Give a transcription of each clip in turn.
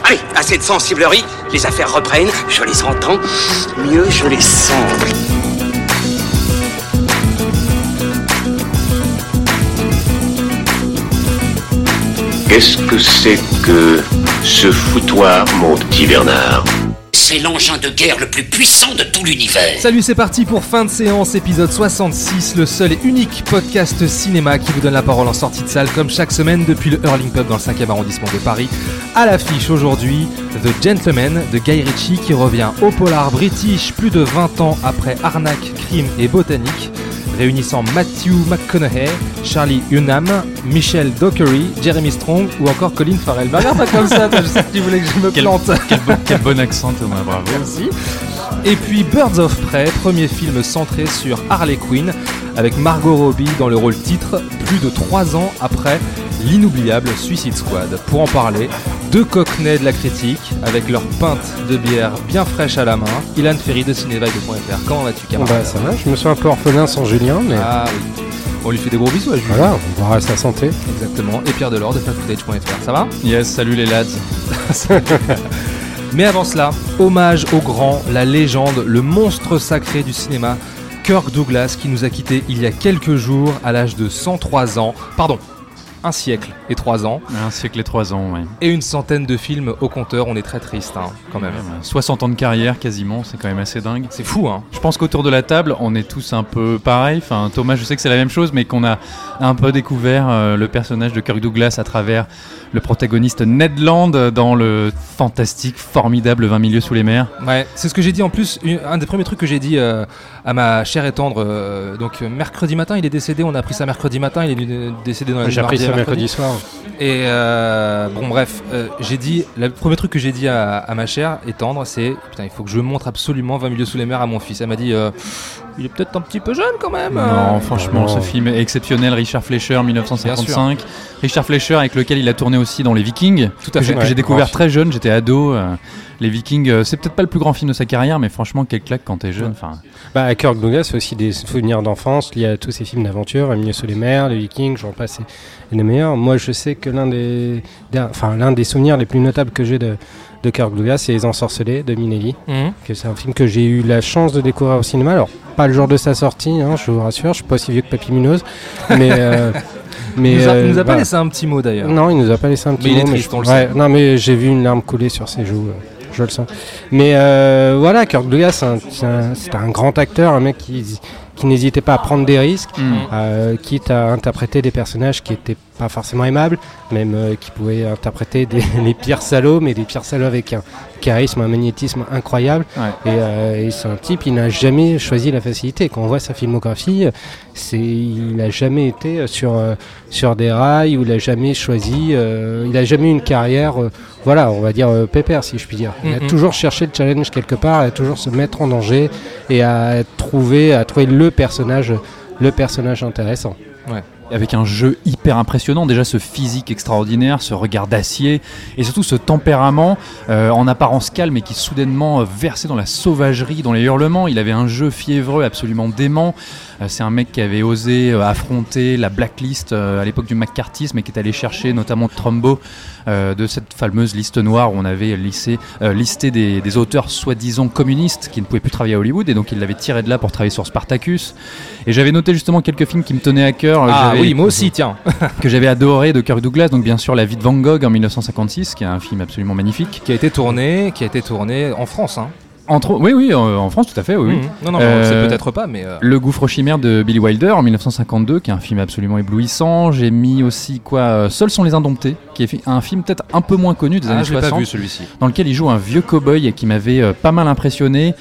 Allez, assez de sensiblerie, les affaires reprennent, je les entends, mieux je les sens. Qu'est-ce que c'est que ce foutoir, mon petit Bernard ? C'est l'engin de guerre le plus puissant de tout l'univers. Salut, c'est parti pour Fin de séance, épisode 66, le seul et unique podcast cinéma qui vous donne la parole en sortie de salle, comme chaque semaine depuis le Hurling Pub dans le 5e arrondissement de Paris. À l'affiche aujourd'hui, The Gentleman de Guy Ritchie qui revient au polar british plus de 20 ans après Arnaque, Crime et Botanique, réunissant Matthew McConaughey, Charlie Hunnam, Michelle Dockery, Jeremy Strong ou encore Colin Farrell. Bah regarde pas comme ça, je sais que tu voulais que je me plante. Quel bon accent, Thomas, bravo. Merci. Et puis Birds of Prey, premier film centré sur Harley Quinn, avec Margot Robbie dans le rôle titre, plus de 3 ans après l'inoubliable Suicide Squad. Pour en parler, deux cockneys de la critique, avec leur pinte de bière bien fraîche à la main. Ilan Ferry de Cinevibe.fr. Comment vas-tu, camarade ? Bah ça va, je me suis un peu orphelin sans Julien, mais... Ah oui. On lui fait des gros bisous à Julien. Voilà, on verra sa santé. Exactement. Et Pierre Delors de Fatfootage.fr. Ça va ? Yes, salut les lads. Mais avant cela, hommage au grand, la légende, le monstre sacré du cinéma, Kirk Douglas, qui nous a quittés il y a quelques jours à l'âge de 103 ans. Pardon, 1 siècle et 3 ans. 1 siècle et 3 ans, oui. Et une centaine de films au compteur, on est très triste quand même. 60 ans de carrière quasiment, c'est quand même assez dingue. C'est fou, hein. Je pense qu'autour de la table, on est tous un peu pareil. Enfin, Thomas, je sais que c'est la même chose, mais qu'on a un peu découvert le personnage de Kirk Douglas à travers le protagoniste Ned Land dans le fantastique, formidable 20 milieux sous les mers. Ouais, c'est ce que j'ai dit en plus, un des premiers trucs que j'ai dit à ma chère et tendre, donc mercredi matin, il est décédé, on a appris ça mercredi matin, il est décédé dans la nuit. J'ai appris ça mercredi soir. Et bon bref, j'ai dit, le premier truc que j'ai dit à ma chère et tendre, c'est putain, il faut que je montre absolument 20 milieux sous les mers à mon fils. Elle m'a dit, il est peut-être un petit peu jeune quand même. Non, franchement, ce film est exceptionnel. Richard Fleischer, 1955. Richard Fleischer avec lequel il a tourné aussi dans Les Vikings. Tout à fait. Que j'ai découvert très jeune, j'étais ado. Les Vikings, c'est peut-être pas le plus grand film de sa carrière, mais franchement, quelle claque quand t'es jeune. Bah, Kirk Douglas, c'est aussi des souvenirs d'enfance liés à tous ces films d'aventure, Un milieu sous les mers, Les Vikings, j'en passe les meilleurs. Moi, je sais que l'un des souvenirs les plus notables que j'ai de Kirk Douglas, c'est Les Ensorcelés de Minelli. Que c'est un film que j'ai eu la chance de découvrir au cinéma. Alors, pas le jour de sa sortie, hein, je vous rassure, je suis pas aussi vieux que Papy Minos, mais... il nous a pas laissé un petit mot d'ailleurs. Non, il nous a pas laissé un petit mot. Mais il est triste, on le sait. Non, mais j'ai vu une larme couler sur ses joues, je le sens. Mais voilà, Kirk Douglas, c'est un grand acteur, un mec qui n'hésitait pas à prendre des risques, quitte à interpréter des personnages qui étaient pas forcément aimables, même qui pouvaient interpréter les pires salauds, mais des pires salauds avec un charisme, un magnétisme incroyable. Ouais. Et c'est un type, il n'a jamais choisi la facilité. Quand on voit sa filmographie, il n'a jamais été sur des rails, ou il n'a jamais choisi, il n'a jamais eu une carrière, voilà, on va dire pépère, si je puis dire. Il a toujours cherché le challenge quelque part, à toujours se mettre en danger et à trouver le personnage intéressant. Ouais. Avec un jeu hyper impressionnant, déjà ce physique extraordinaire, ce regard d'acier et surtout ce tempérament en apparence calme et qui soudainement versait dans la sauvagerie, dans les hurlements. Il avait un jeu fiévreux absolument dément. C'est un mec qui avait osé affronter la blacklist à l'époque du McCarthyisme et qui est allé chercher notamment Trumbo de cette fameuse liste noire où on avait listé des auteurs soi-disant communistes qui ne pouvaient plus travailler à Hollywood, et donc il l'avait tiré de là pour travailler sur Spartacus. Et j'avais noté justement quelques films qui me tenaient à cœur. Oui, moi aussi, tiens. Que j'avais adoré de Kirk Douglas, donc bien sûr La vie de Van Gogh en 1956, qui est un film absolument magnifique. Qui a été tourné en France, hein. Oui, en France, tout à fait, oui. Non, c'est peut-être pas, mais... Le gouffre chimère de Billy Wilder en 1952, qui est un film absolument éblouissant. J'ai mis aussi Seuls sont les indomptés, qui est un film peut-être un peu moins connu des années 60. Je l'ai pas vu, celui-ci. Dans lequel il joue un vieux cow-boy et qui m'avait pas mal impressionné.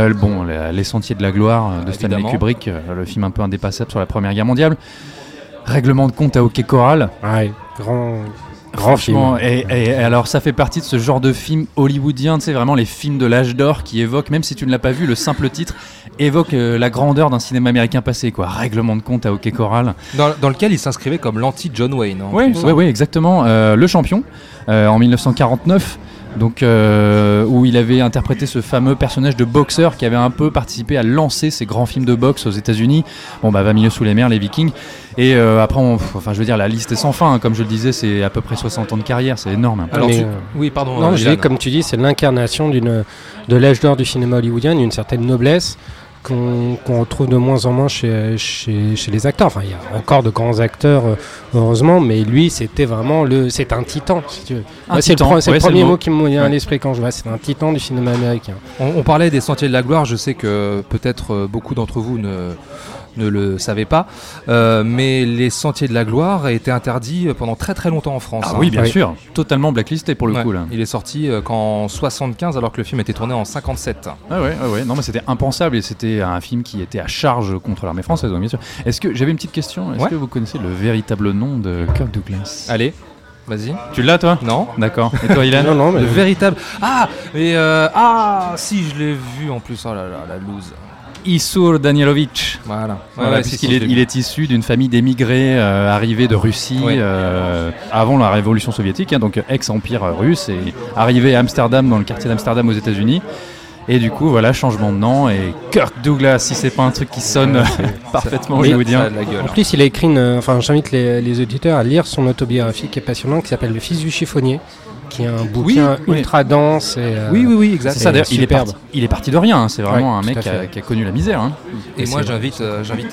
Les Sentiers de la gloire de Stanley Kubrick, le film un peu indépassable sur la Première Guerre mondiale. Règlement de compte à Hockey Choral. Ouais, grand film. Et alors ça fait partie de ce genre de film hollywoodien, tu sais, vraiment les films de l'âge d'or qui évoquent, même si tu ne l'as pas vu, le simple titre évoque la grandeur d'un cinéma américain passé, quoi. Règlement de compte à Hockey Choral. Dans lequel il s'inscrivait comme l'anti-John Wayne. Oui, exactement. Le champion, en 1949. Donc, où il avait interprété ce fameux personnage de boxeur qui avait un peu participé à lancer ces grands films de boxe aux États-Unis. Bon, 20 milieux sous les mers, les Vikings. Et après, je veux dire, la liste est sans fin. Comme je le disais, c'est à peu près 60 ans de carrière, c'est énorme. Alors, oui, pardon. Non, comme tu dis, c'est l'incarnation de l'âge d'or du cinéma hollywoodien, d'une certaine noblesse qu'on retrouve de moins en moins chez les acteurs. Enfin, il y a encore de grands acteurs, heureusement, mais lui, c'était vraiment c'est un titan, si tu veux. C'est le premier mot qui me vient à l'esprit quand je vois. C'est un titan du cinéma américain. On parlait des Sentiers de la Gloire. Je sais que peut-être beaucoup d'entre vous ne le savaient pas, mais les Sentiers de la Gloire étaient interdits pendant très très longtemps en France. Ah oui, bien sûr, totalement blacklisté pour le coup là. Il est sorti qu'en 75 alors que le film était tourné en 57. Ouais. Non mais c'était impensable et c'était un film qui était à charge contre l'armée française, bien sûr. J'avais une petite question. Est-ce que vous connaissez le véritable nom de Kirk Douglas ? Allez. Vas-y. Tu l'as toi ? Non. D'accord. Et toi Ilan ? Non, mais le véritable. Si je l'ai vu en plus. Oh là là, la loose. Isur Danilovitch. Voilà, puisqu'il est issu d'une famille d'émigrés arrivés de Russie avant la révolution soviétique, donc ex-empire russe, et arrivé à Amsterdam, dans le quartier d'Amsterdam aux États-Unis. Et du coup, voilà, changement de nom. Et Kirk Douglas, si c'est pas un truc qui sonne parfaitement hollywoodien. En plus, il a écrit j'invite les auditeurs à lire son autobiographie qui est passionnante, qui s'appelle Le Fils du chiffonnier, qui est un bouquin ultra dense. Et, oui, exact. C'est ça, d'ailleurs, il est parti de rien. C'est vraiment un mec qui a connu la misère. Et moi, j'invite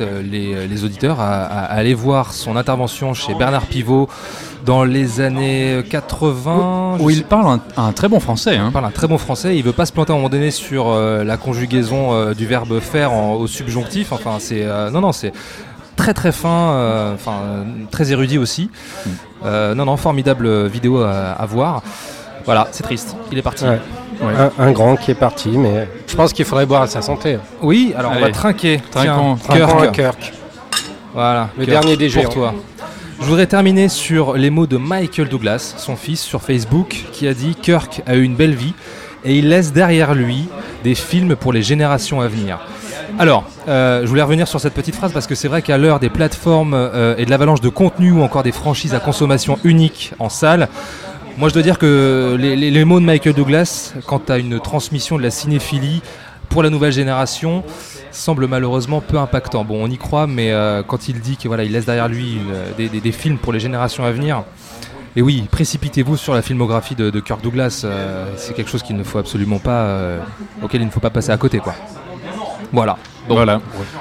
les auditeurs à aller voir son intervention chez Bernard Pivot dans les années 80. Où il parle un très bon français. Il parle un très bon français. Il veut pas se planter à un moment donné sur la conjugaison du verbe faire au subjonctif. Enfin, c'est c'est très très fin, très érudit aussi. Formidable vidéo à voir. Voilà, c'est triste. Il est parti. Ouais. Un grand qui est parti, mais je pense qu'il faudrait boire à sa santé. Oui, alors on va trinquer. Trinquons à Kirk. Voilà, le dernier des géants. Pour toi. Je voudrais terminer sur les mots de Michael Douglas, son fils, sur Facebook, qui a dit « Kirk a eu une belle vie et il laisse derrière lui des films pour les générations à venir ». Alors, je voulais revenir sur cette petite phrase parce que c'est vrai qu'à l'heure des plateformes et de l'avalanche de contenu ou encore des franchises à consommation unique en salle, moi je dois dire que les mots de Michael Douglas, quant à une transmission de la cinéphilie pour la nouvelle génération, semble malheureusement peu impactant. Bon, on y croit, mais quand il dit qu'il laisse derrière lui des films pour les générations à venir, et oui, précipitez-vous sur la filmographie de Kirk Douglas, c'est quelque chose qu'il ne faut absolument pas, auquel il ne faut pas passer à côté, quoi. Voilà. Donc, voilà.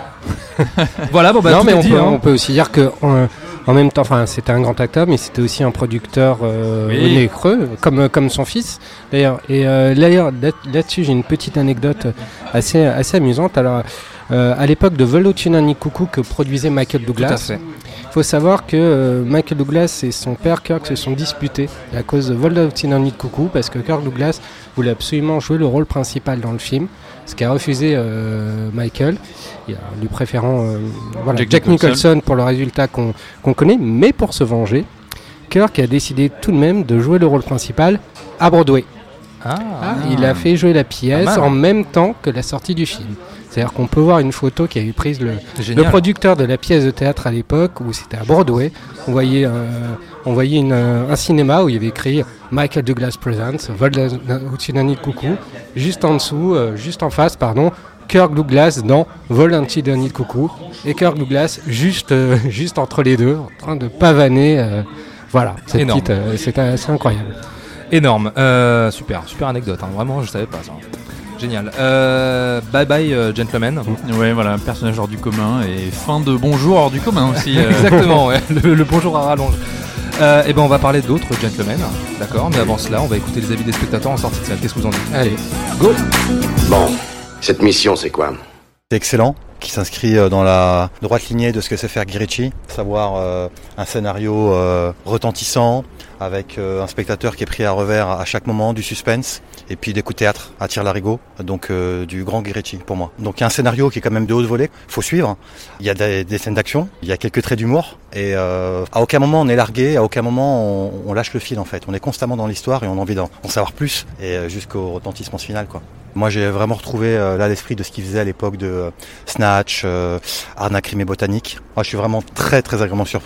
Voilà. Bon, non, mais on peut aussi dire que en même temps, c'était un grand acteur, mais c'était aussi un producteur au nez creux, comme son fils. D'ailleurs, là-dessus, j'ai une petite anecdote assez amusante. Alors, à l'époque de Volodymyr Coucou que produisait Michael Douglas, il faut savoir que Michael Douglas et son père Kirk se sont disputés à cause de Volodymyr Coucou, parce que Kirk Douglas voulait absolument jouer le rôle principal dans le film, ce qu'a refusé Michael, lui préférant Jack Nicholson pour le résultat qu'on connaît, mais pour se venger, Kirk a décidé tout de même de jouer le rôle principal à Broadway. Il a fait jouer la pièce en même temps que la sortie du film. C'est-à-dire qu'on peut voir une photo qui avait prise le producteur de la pièce de théâtre à l'époque, où c'était à Broadway. On voyait un cinéma où il y avait écrit Michael Douglas Presents, Volodymyr Coucou, juste en dessous, juste en face, Kirk Douglas dans Volodymyr Coucou, et Kirk Douglas juste entre les deux, en train de pavaner. C'est assez incroyable. Énorme, super anecdote, vraiment je savais pas ça. Génial. Bye bye gentlemen. Ouais, voilà, personnage hors du commun et fin de bonjour hors du commun aussi. Exactement, le bonjour à rallonge. On va parler d'autres gentlemen, d'accord, mais avant cela, on va écouter les avis des spectateurs en sortie de salle. Qu'est-ce que vous en dites ? Allez, go. Bon, cette mission, c'est quoi ? C'est excellent, qui s'inscrit dans la droite lignée de ce que sait faire Guy Ritchie, savoir un scénario retentissant, avec un spectateur qui est pris à revers à chaque moment, du suspense, et puis des coups de théâtre à tire-larigot, donc du grand Guy Ritchie pour moi. Donc il y a un scénario qui est quand même de haute volée, faut suivre, il y a des scènes d'action, il y a quelques traits d'humour, et à aucun moment on est largué, à aucun moment on lâche le fil en fait. On est constamment dans l'histoire et on a envie d'en savoir plus, et jusqu'au retentissement final, quoi. Moi j'ai vraiment retrouvé là l'esprit de ce qu'il faisait à l'époque de Snatch, Arnaque, Crime et Botanique. Moi je suis vraiment très très agréablement surpris.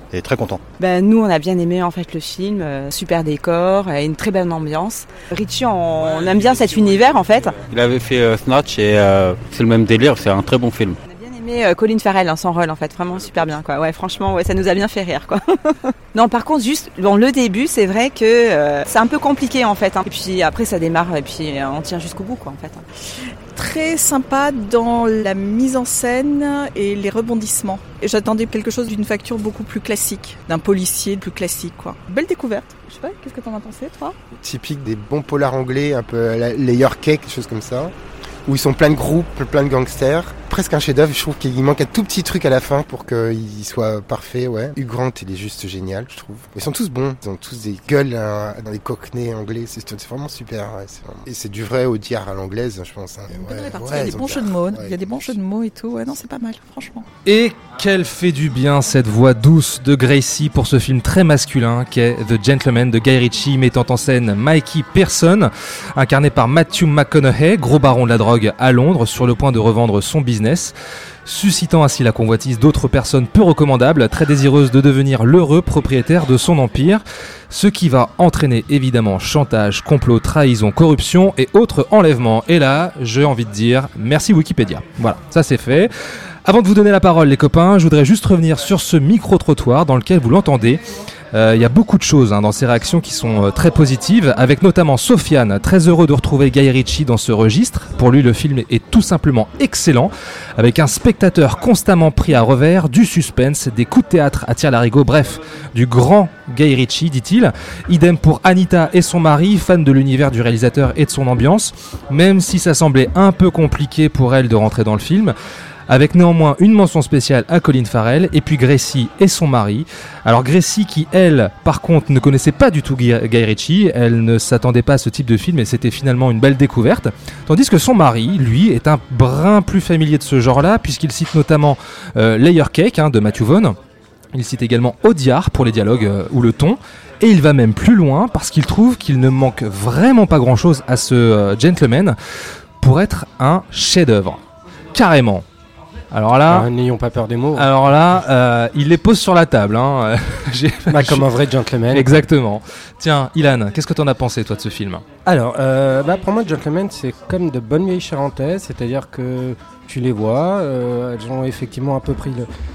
et très content. Nous, on a bien aimé en fait le film, super décor, et une très belle ambiance. Ritchie, on aime bien cet univers en fait. Il avait fait Snatch et c'est le même délire, c'est un très bon film. Mais Colin Farrell, son rôle en fait, vraiment super bien quoi. Ouais, franchement, ça nous a bien fait rire quoi. Non, par contre, juste le début, c'est vrai que c'est un peu compliqué en fait. Et puis après, ça démarre et puis on tient jusqu'au bout quoi en fait. Très sympa dans la mise en scène et les rebondissements. Et j'attendais quelque chose d'une facture beaucoup plus classique, d'un policier plus classique quoi. Belle découverte. Je sais pas, qu'est-ce que t'en as pensé toi ? Typique des bons polars anglais, un peu layer cake, des choses comme ça, où ils sont plein de groupes, plein de gangsters. Presque un chef-d'œuvre, je trouve qu'il manque un tout petit truc à la fin pour qu'il soit parfait, ouais. Hugh Grant, il est juste génial, je trouve. Ils sont tous bons, ils ont tous des gueules dans les cockneys anglais, c'est vraiment super. Ouais, et c'est du vrai Audiard à l'anglaise, je pense. Hein. Il y a des bons jeux de mots, il y a des bons jeux de mots et tout, ouais, non, c'est pas mal, franchement. Et qu'elle fait du bien cette voix douce de Gracie pour ce film très masculin qu'est The Gentleman de Guy Ritchie, mettant en scène Mikey Pearson, incarné par Matthew McConaughey, gros baron de la drogue à Londres, sur le point de revendre son business, suscitant ainsi la convoitise d'autres personnes peu recommandables, très désireuses de devenir l'heureux propriétaire de son empire, ce qui va entraîner évidemment chantage, complot, trahison, corruption et autres enlèvements. Et là, j'ai envie de dire merci Wikipédia. Voilà, ça c'est fait. Avant de vous donner la parole les copains, je voudrais juste revenir sur ce micro-trottoir dans lequel vous l'entendez. Il y a beaucoup de choses dans ces réactions qui sont très positives, avec notamment Sofiane, très heureux de retrouver Guy Ritchie dans ce registre. Pour lui, le film est tout simplement excellent, avec un spectateur constamment pris à revers, du suspense, des coups de théâtre à tire-larigot, bref, du grand Guy Ritchie, dit-il. Idem pour Anita et son mari, fan de l'univers du réalisateur et de son ambiance, même si ça semblait un peu compliqué pour elle de rentrer dans le film. Avec néanmoins une mention spéciale à Colin Farrell et puis Gracie et son mari. Alors Gracie qui, elle, par contre, ne connaissait pas du tout Guy Ritchie, elle ne s'attendait pas à ce type de film et c'était finalement une belle découverte. Tandis que son mari, lui, est un brin plus familier de ce genre-là, puisqu'il cite notamment Layer Cake de Matthew Vaughn. Il cite également Audiard pour les dialogues ou le ton. Et il va même plus loin parce qu'il trouve qu'il ne manque vraiment pas grand-chose à ce Gentleman pour être un chef-d'œuvre. Carrément. Alors là, n'ayons pas peur des mots. Alors là, il les pose sur la table. Comme un vrai gentleman. Exactement. Tiens, Ilan, qu'est-ce que t'en as pensé toi de ce film ? Alors, pour moi, Gentleman, c'est comme de bonnes vieilles charentaises, c'est-à-dire que tu les vois, elles ont effectivement un peu pris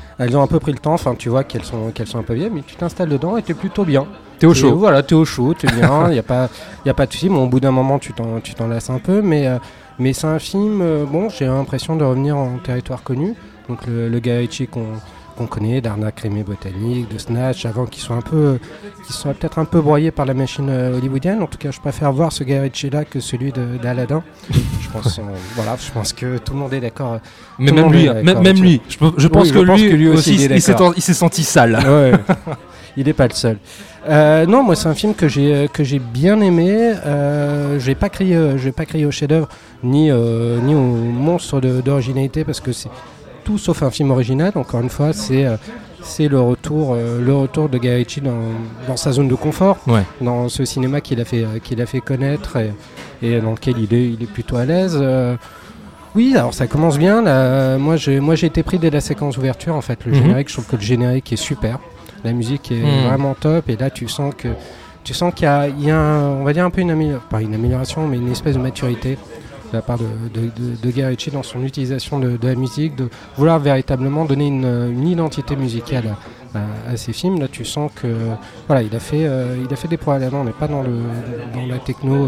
le temps. Enfin, tu vois qu'elles sont un peu vieilles, mais tu t'installes dedans et t'es plutôt bien. T'es au chaud. Voilà, t'es au chaud, t'es bien. y a pas de souci. Bon, au bout d'un moment, tu t'en lasses un peu, mais c'est un film, j'ai l'impression de revenir en territoire connu. Donc le Guy Ritchie qu'on connaît, d'Arnaque Crémée Botanique, de Snatch, avant qui soit peut-être un peu broyé par la machine hollywoodienne. En tout cas, je préfère voir ce Guy Ritchie-là que celui d'Aladin. Je pense que tout le monde est d'accord. Mais même lui, je pense que lui aussi, il s'est senti sale. Ouais. Il n'est pas le seul. Non, moi c'est un film que j'ai bien aimé. Je vais pas crier au chef-d'œuvre ni au monstre d'originalité parce que c'est tout sauf un film original. Encore une fois, c'est le retour de Guy Ritchie dans sa zone de confort, ouais. Dans ce cinéma qu'il a fait connaître et dans lequel il est plutôt à l'aise. Oui, alors ça commence bien. Là, moi j'ai été pris dès la séquence ouverture en fait. Le générique, je trouve que le générique est super. La musique est vraiment top et là tu sens qu'il y a on va dire un peu pas une amélioration mais une espèce de maturité de la part de Guy Ritchie dans son utilisation de la musique, de vouloir véritablement donner une identité musicale à ses films. Là tu sens que voilà, il a fait des progrès. On n'est pas dans la techno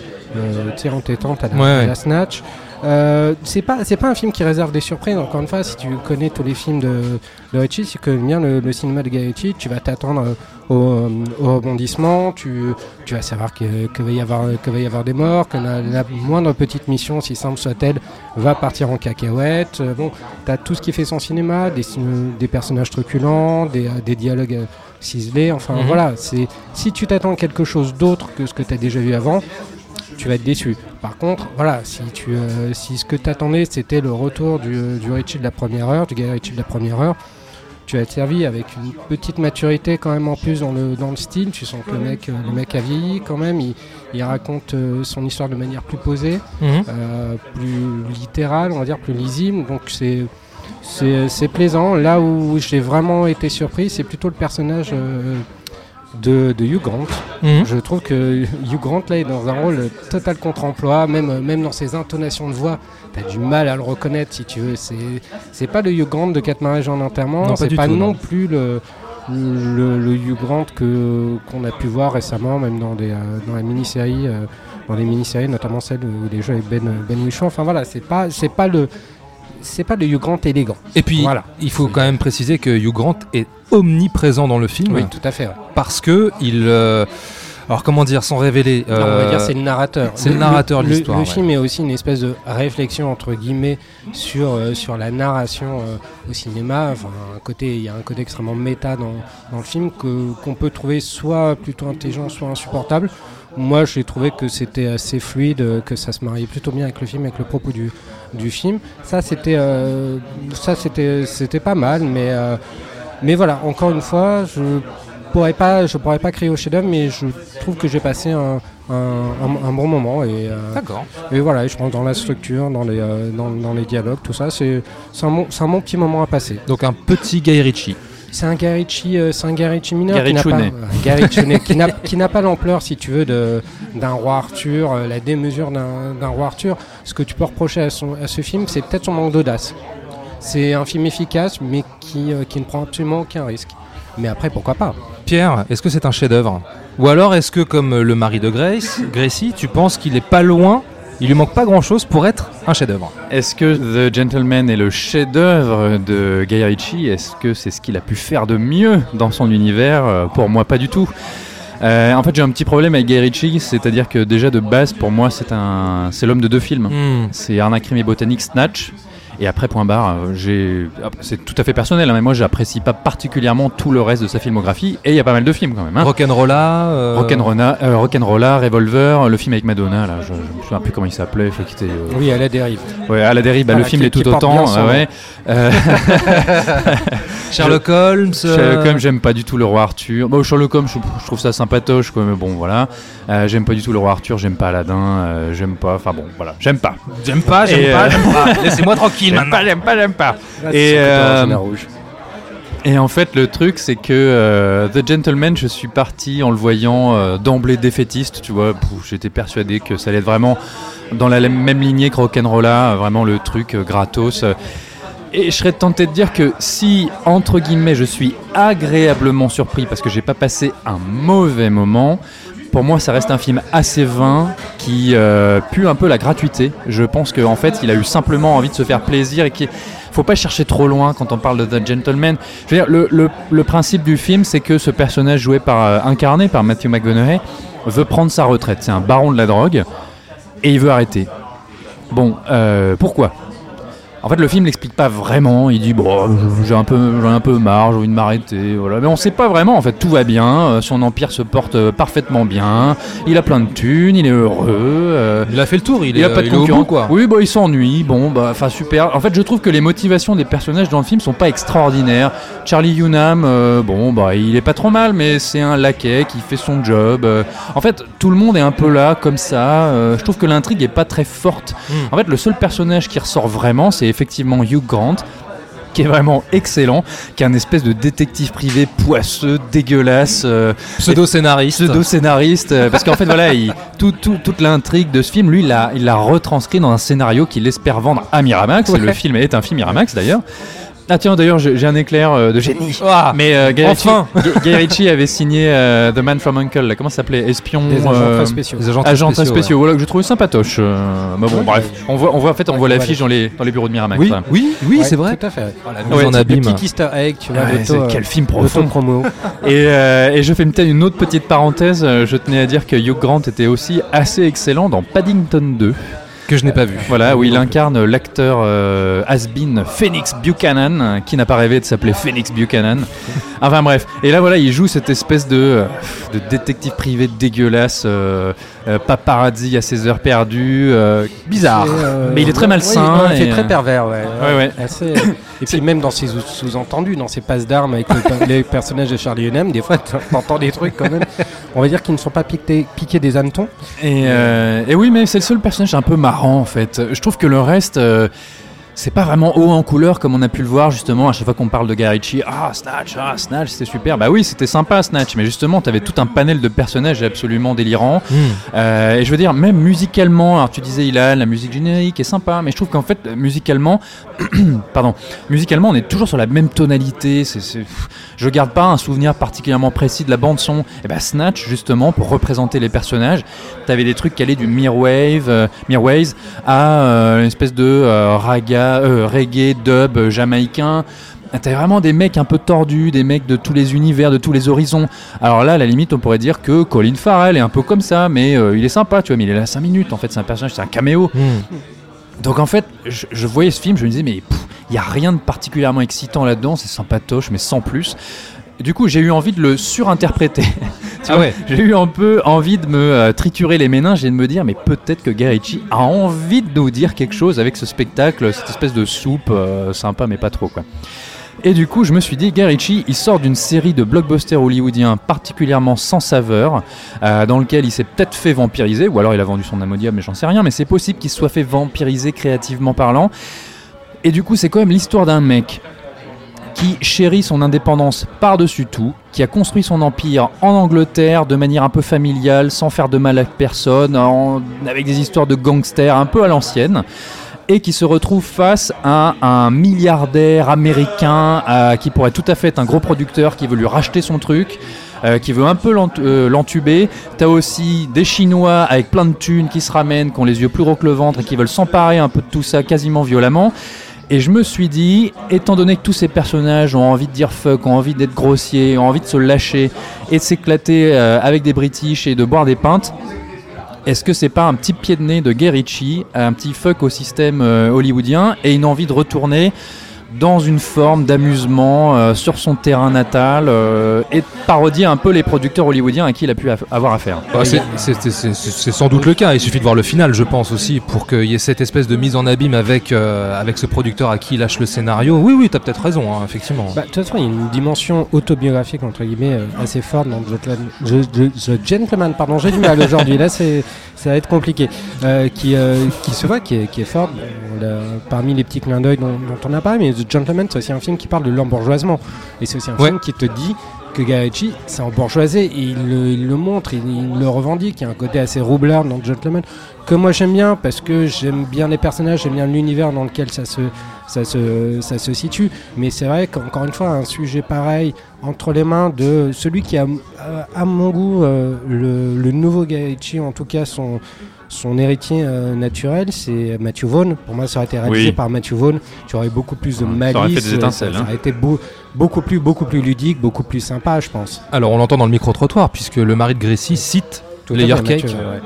entêtante à la Snatch. C'est pas un film qui réserve des surprises. Encore une fois, si tu connais tous les films de Ritchie, si tu connais bien le cinéma de Guy Ritchie, tu vas t'attendre au rebondissement, tu vas savoir qu'il va y avoir des morts, que la moindre petite mission, si simple soit-elle, va partir en cacahuète. T'as tout ce qui fait son cinéma, des personnages truculents, des dialogues ciselés. Enfin voilà, si tu t'attends à quelque chose d'autre que ce que tu as déjà vu avant, tu vas être déçu. Par contre, voilà, si ce que tu attendais c'était le retour du Ritchie de la première heure, du Guy Ritchie de la première heure, tu vas être servi avec une petite maturité quand même en plus dans le style. Tu sens que le mec a vieilli quand même. Il raconte son histoire de manière plus posée, plus littérale, on va dire, plus lisible. Donc c'est plaisant. Là où j'ai vraiment été surpris, c'est plutôt le personnage de Hugh Grant. Je trouve que Hugh Grant là est dans un rôle total contre-emploi, même dans ses intonations de voix, t'as du mal à le reconnaître si tu veux. C'est pas le Hugh Grant de 4 mariages en enterrement, non, c'est pas tout, non plus le Hugh Grant qu'on a pu voir récemment, même dans la mini-série, dans les mini-séries, notamment celle où il joue avec Ben Whishaw. Enfin voilà, c'est pas le Hugh Grant élégant. Et puis, voilà. Il faut quand même préciser que Hugh Grant est omniprésent dans le film. Oui, tout à fait. Ouais. Parce que alors comment dire, sans révéler... on va dire c'est le narrateur. C'est le narrateur de l'histoire. Le film est aussi une espèce de réflexion, entre guillemets, sur la narration au cinéma. Enfin, il y a un côté extrêmement méta dans le film qu'on peut trouver soit plutôt intelligent, soit insupportable. Moi, j'ai trouvé que c'était assez fluide, que ça se mariait plutôt bien avec le film, avec le propos du film. Ça, c'était pas mal, mais voilà, encore une fois, je pourrais pas crier au chef-d'œuvre, mais je trouve que j'ai passé un bon moment. D'accord. Et voilà, je pense dans la structure, dans les dialogues, tout ça, c'est un bon petit moment à passer. Donc un petit Guy Ritchie. C'est un Guy Ritchie mineur qui n'a pas l'ampleur, si tu veux, d'un roi Arthur, la démesure d'un roi Arthur. Ce que tu peux reprocher à ce film, c'est peut-être son manque d'audace. C'est un film efficace, mais qui ne prend absolument aucun risque. Mais après, pourquoi pas ? Pierre, est-ce que c'est un chef-d'œuvre ? Ou alors est-ce que, comme le mari de Gracie, tu penses qu'il est pas loin ? Il lui manque pas grand-chose pour être un chef-d'œuvre. Est-ce que The Gentleman est le chef-d'œuvre de Guy Ritchie ? Est-ce que c'est ce qu'il a pu faire de mieux dans son univers ? Pour moi, pas du tout. En fait, j'ai un petit problème avec Guy Ritchie, c'est-à-dire que déjà de base, pour moi, c'est l'homme de deux films. C'est Arnaque, Crime et Botanique, Snatch. Et après, point barre, c'est tout à fait personnel, hein, mais moi j'apprécie pas particulièrement tout le reste de sa filmographie, et il y a pas mal de films quand même. Hein. Rock'n'Rolla, Revolver, le film avec Madonna, là, je me souviens plus comment il s'appelait, je crois qu'il était... Oui, À la dérive. Ouais, À la dérive, le film est tout autant. Ouais. Sherlock Holmes. Sherlock Holmes, j'aime pas du tout le roi Arthur. Bon, Sherlock Holmes, je trouve ça sympatoche, quoi, mais bon, voilà. J'aime pas du tout le roi Arthur, j'aime pas Aladdin, j'aime pas, enfin bon, voilà, j'aime pas. J'aime pas. Laissez-moi tranquille maintenant. J'aime pas. Rouge. Et en fait, le truc, c'est que The Gentleman, je suis parti en le voyant d'emblée défaitiste, tu vois. J'étais persuadé que ça allait être vraiment dans la même lignée que Rock'n'Rolla, vraiment le truc gratos. Et je serais tenté de dire que si, entre guillemets, je suis agréablement surpris parce que j'ai pas passé un mauvais moment, pour moi, ça reste un film assez vain qui pue un peu la gratuité. Je pense qu'en fait, il a eu simplement envie de se faire plaisir et qu'il faut pas chercher trop loin quand on parle de The Gentleman. Je veux dire, le principe du film, c'est que ce personnage incarné par Matthew McConaughey veut prendre sa retraite. C'est un baron de la drogue et il veut arrêter. Bon, pourquoi ? En fait, le film l'explique pas vraiment. Il dit j'en ai un peu marre, j'ai envie de m'arrêter, voilà. Mais on sait pas vraiment. En fait, tout va bien. Son empire se porte parfaitement bien. Il a plein de thunes, il est heureux. Il a fait le tour. Il a pas de concurrent, quoi. Oui, il s'ennuie. Enfin super. En fait, je trouve que les motivations des personnages dans le film sont pas extraordinaires. Charlie Hunnam, il est pas trop mal, mais c'est un laquais qui fait son job. En fait, tout le monde est un peu là, comme ça. Je trouve que l'intrigue est pas très forte. En fait, le seul personnage qui ressort vraiment, c'est effectivement Hugh Grant, qui est vraiment excellent, qui est un espèce de détective privé poisseux, dégueulasse, pseudo-scénariste, parce qu'en fait voilà, toute l'intrigue de ce film, lui, il l'a retranscrit dans un scénario qu'il espère vendre à Miramax. Ouais. Le film est un film Miramax d'ailleurs. Ah tiens, d'ailleurs, j'ai un éclair de génie. Mais Guy Ritchie avait signé The Man from U.N.C.L.E. Là, comment ça s'appelait ? Espion. Des agents très spéciaux. Des agents très spéciaux. Voilà, que je trouvais sympatoche. Bref, on voit l'affiche dans les bureaux de Miramax. Oui, c'est vrai. Tout à fait. Le petit Easter egg, tu vois. Quel film profond. Promo. Et je fais peut-être une autre petite parenthèse. Je tenais à dire que Hugh Grant était aussi assez excellent dans Paddington 2. Que je n'ai pas vu. Voilà, où il incarne l'acteur has-been Phoenix Buchanan, qui n'a pas rêvé de s'appeler Phoenix Buchanan. Enfin bref, et là voilà, il joue cette espèce de détective privé dégueulasse, paparazzi à ses heures perdues, bizarre. Mais il est très malsain. Il fait très pervers, ouais. Assez, et puis même dans ses sous-entendus, dans ses passes d'armes avec les personnages de Charlie Hunnam, des fois t'entends des trucs quand même, on va dire qu'ils ne sont pas piqués des hannetons. Et oui, mais c'est le seul personnage un peu marrant en fait. Je trouve que le reste... c'est pas vraiment haut en couleur comme on a pu le voir justement à chaque fois qu'on parle de Guy Ritchie. Snatch, c'était super. Bah oui, c'était sympa Snatch, mais justement t'avais tout un panel de personnages absolument délirants. Et je veux dire, même musicalement, alors tu disais Ilan, la musique générique est sympa, mais je trouve qu'en fait musicalement on est toujours sur la même tonalité. Je garde pas un souvenir particulièrement précis de la bande son. Et bah Snatch justement, pour représenter les personnages, t'avais des trucs qui allaient du Mirwais à une espèce de reggae dub jamaïcain. T'as vraiment des mecs un peu tordus, des mecs de tous les univers, de tous les horizons. Alors là, à la limite, on pourrait dire que Colin Farrell est un peu comme ça, mais il est sympa, tu vois, mais il est là 5 minutes, en fait, c'est un personnage, c'est un caméo. Donc en fait, je voyais ce film, je me disais, mais il n'y a rien de particulièrement excitant là-dedans, c'est sympatoche, mais sans plus. Et du coup, j'ai eu envie de le surinterpréter. J'ai eu un peu envie de me triturer les méninges et de me dire, mais peut-être que Guy Ritchie a envie de nous dire quelque chose avec ce spectacle, cette espèce de soupe sympa, mais pas trop, quoi. Et du coup, je me suis dit, Guy Ritchie, il sort d'une série de blockbusters hollywoodiens particulièrement sans saveur, dans lequel il s'est peut-être fait vampiriser, ou alors il a vendu son Amodia, mais j'en sais rien, mais c'est possible qu'il se soit fait vampiriser créativement parlant. Et du coup, c'est quand même l'histoire d'un mec qui chérit son indépendance par-dessus tout, qui a construit son empire en Angleterre de manière un peu familiale, sans faire de mal à personne, avec des histoires de gangsters un peu à l'ancienne, et qui se retrouve face à un milliardaire américain qui pourrait tout à fait être un gros producteur, qui veut lui racheter son truc, qui veut un peu l'entuber. T'as aussi des Chinois avec plein de thunes qui se ramènent, qui ont les yeux plus gros que le ventre et qui veulent s'emparer un peu de tout ça quasiment violemment. Et je me suis dit, étant donné que tous ces personnages ont envie de dire fuck, ont envie d'être grossiers, ont envie de se lâcher et de s'éclater avec des British et de boire des pintes, est-ce que c'est pas un petit pied de nez de Guy Ritchie, un petit fuck au système hollywoodien et une envie de retourner dans une forme d'amusement sur son terrain natal et de parodier un peu les producteurs hollywoodiens à qui il a pu avoir affaire. C'est sans doute le cas, il suffit de voir le final je pense aussi pour qu'il y ait cette espèce de mise en abîme avec ce producteur à qui il lâche le scénario. Oui, t'as peut-être raison, hein, effectivement. De toute façon, il y a une dimension autobiographique entre guillemets assez forte dans The Gentleman, pardon, j'ai du mal aujourd'hui, là ça va être compliqué, qui se voit, qui est forte parmi les petits clins d'œil dont on a parlé, mais The Gentleman, c'est aussi un film qui parle de l'embourgeoisement. Et c'est aussi un film qui te dit que Guy Ritchie s'est embourgeoisé et il le montre, il le revendique. Il y a un côté assez roublard dans The Gentleman que moi j'aime bien parce que j'aime bien les personnages, j'aime bien l'univers dans lequel ça se situe. Mais c'est vrai qu'encore une fois, un sujet pareil entre les mains de celui qui a, à mon goût, le nouveau Guy Ritchie, en tout cas son héritier naturel, c'est Matthew Vaughn. Pour moi, ça aurait été réalisé par Matthew Vaughn. Tu aurais beaucoup plus de malice. Ça aurait fait des étincelles. Ça aurait été beaucoup plus ludique, beaucoup plus sympa, je pense. Alors, on l'entend dans le micro-trottoir, puisque le mari de Gracie cite Layer Cake.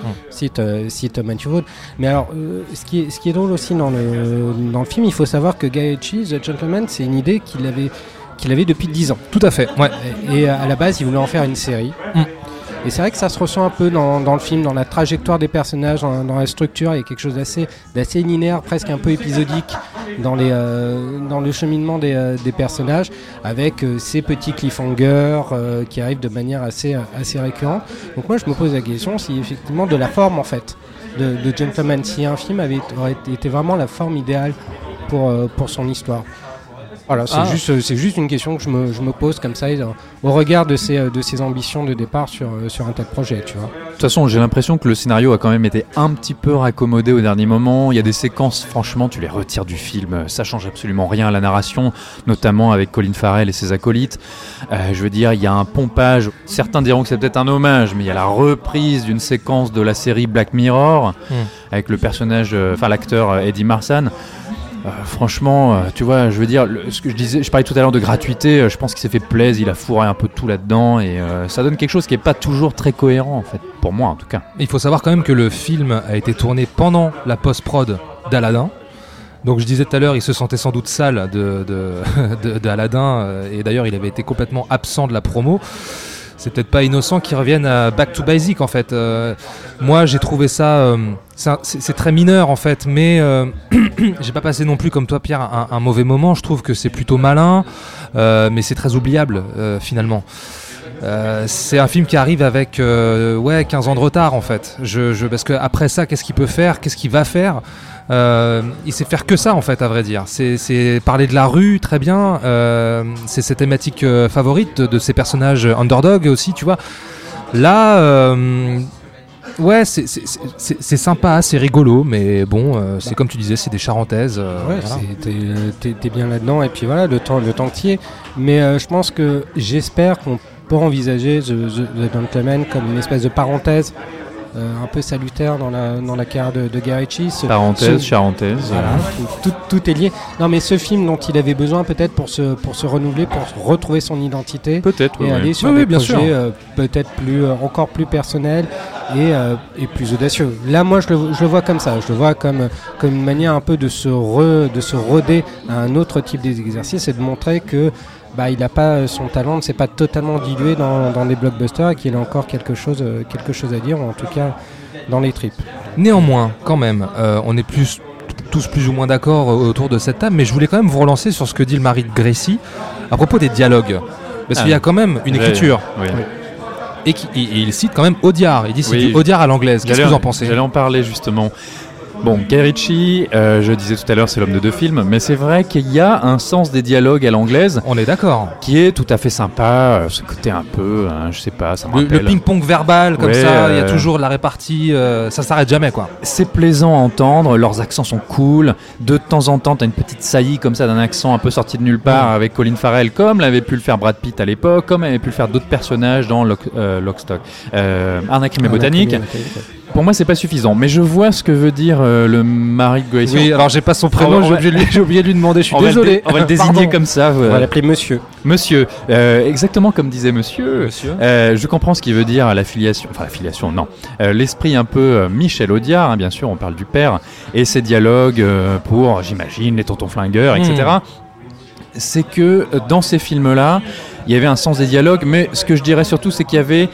Cite Matthew Vaughn. Mais alors, ce qui est drôle aussi dans le film, il faut savoir que Guy Ritchie, The Gentleman, c'est une idée qu'il avait depuis 10 ans. Tout à fait, ouais. Et à la base, il voulait en faire une série. Et c'est vrai que ça se ressent un peu dans le film, dans la trajectoire des personnages, dans la structure. Il y a quelque chose d'assez linéaire, presque un peu épisodique dans le cheminement des personnages, avec ces petits cliffhangers qui arrivent de manière assez récurrente. Donc moi, je me pose la question si effectivement de la forme en fait de Gentleman, si un film aurait été vraiment la forme idéale pour son histoire. Voilà, c'est juste une question que je me pose comme ça au regard de ses ambitions de départ sur un tel projet, tu vois. De toute façon, j'ai l'impression que le scénario a quand même été un petit peu raccommodé au dernier moment. Il y a des séquences, franchement, tu les retires du film, ça change absolument rien à la narration, notamment avec Colin Farrell et ses acolytes. Je veux dire, il y a un pompage, certains diront que c'est peut-être un hommage, mais il y a la reprise d'une séquence de la série Black Mirror avec le personnage, l'acteur Eddie Marsan. Franchement, tu vois, je veux dire, ce que je parlais tout à l'heure de gratuité, je pense qu'il s'est fait plaisir, il a fourré un peu tout là-dedans et ça donne quelque chose qui n'est pas toujours très cohérent en fait, pour moi en tout cas. Il faut savoir quand même que le film a été tourné pendant la post-prod d'Aladdin. Donc je disais tout à l'heure, il se sentait sans doute sale d'Aladdin et d'ailleurs il avait été complètement absent de la promo. C'est peut-être pas innocent qu'ils reviennent à Back to Basic en fait. Moi j'ai trouvé ça, c'est très mineur en fait, mais j'ai pas passé non plus comme toi Pierre un mauvais moment. Je trouve que c'est plutôt malin, mais c'est très oubliable finalement. C'est un film qui arrive avec 15 ans de retard en fait. Parce que après ça, qu'est-ce qu'il peut faire, qu'est-ce qu'il va faire il sait faire que ça en fait, à vrai dire. C'est parler de la rue, très bien. C'est ses thématiques favorites de ses personnages underdog aussi, tu vois. Là, ouais, c'est sympa, c'est rigolo, mais bon, c'est comme tu disais, c'est des charentaises. Ouais, voilà. t'es bien là-dedans, et puis voilà, le temps que y est. Mais je pense que j'espère qu'on peut envisager The Gentleman comme une espèce de parenthèse un peu salutaire dans la carrière de Guy Ritchie. Charentaise. Voilà, tout est lié. Non, mais ce film dont il avait besoin peut-être pour se renouveler, pour retrouver son identité, peut-être, et aller sur des projets peut-être encore plus personnels et plus audacieux. Là, moi, je le vois comme ça. Je le vois comme une manière un peu de se roder à un autre type d'exercice et de montrer que il n'a pas son talent, ne s'est pas totalement dilué dans les blockbusters et qu'il a encore quelque chose à dire, ou en tout cas dans les tripes. Néanmoins, quand même, on est tous plus ou moins d'accord autour de cette table, mais je voulais quand même vous relancer sur ce que dit le mari de Gracie à propos des dialogues. Parce qu'il y a quand même une écriture. Oui. Et il cite quand même Audiard. Il dit c'est du Audiard à l'anglaise. Qu'est-ce que vous en pensez ? J'allais en parler justement. Bon, Guy Ritchie, je disais tout à l'heure, c'est l'homme de deux films, mais c'est vrai qu'il y a un sens des dialogues à l'anglaise. On est d'accord. Qui est tout à fait sympa, ce côté un peu, je sais pas, ça me rappelle... Le ping-pong verbal, comme ça, il y a toujours la répartie, ça s'arrête jamais, quoi. C'est plaisant à entendre, leurs accents sont cool, de temps en temps, t'as une petite saillie comme ça d'un accent un peu sorti de nulle part avec Colin Farrell, comme l'avait pu le faire Brad Pitt à l'époque, comme avait pu le faire d'autres personnages dans Lockstock, Arnaque et Botanique. Pour moi, c'est pas suffisant, mais je vois ce que veut dire le mari de Gracie. Oui, alors j'ai pas son prénom, j'ai oublié de lui demander, je suis désolé. On va le désigner comme ça. On va l'appeler Monsieur. Monsieur, exactement comme disait Monsieur. Je comprends ce qu'il veut dire, l'affiliation, non. L'esprit un peu Michel Audiard, bien sûr, on parle du père, et ses dialogues pour, j'imagine, les tontons flingueurs, etc. C'est que dans ces films-là, il y avait un sens des dialogues, mais ce que je dirais surtout, c'est qu'il y avait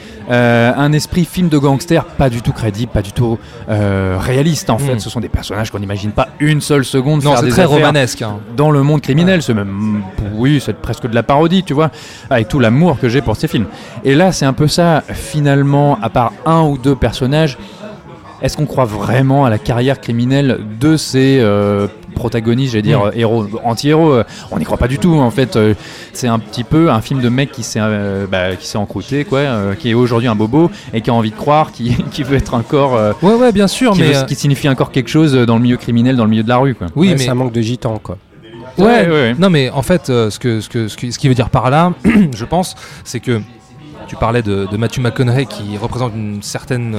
un esprit film de gangster pas du tout crédible, pas du tout réaliste en fait. Ce sont des personnages qu'on n'imagine pas une seule seconde faire des affaires. Non, c'est très romanesque. Dans le monde criminel, c'est même, c'est presque de la parodie, tu vois, avec tout l'amour que j'ai pour ces films. Et là, c'est un peu ça, finalement, à part un ou deux personnages. Est-ce qu'on croit vraiment à la carrière criminelle de ces protagonistes, j'allais dire héros, anti-héros? On n'y croit pas du tout. En fait, c'est un petit peu un film de mec qui s'est encrouté, quoi, qui est aujourd'hui un bobo et qui a envie de croire, qui veut être encore. Ouais, bien sûr, qui signifie encore quelque chose dans le milieu criminel, dans le milieu de la rue, quoi. Oui, mais ça manque de gitans, quoi. Ouais. Non, mais en fait, ce qu'il veut dire par là, je pense, c'est que. Tu parlais de Matthew McConaughey qui représente une certaine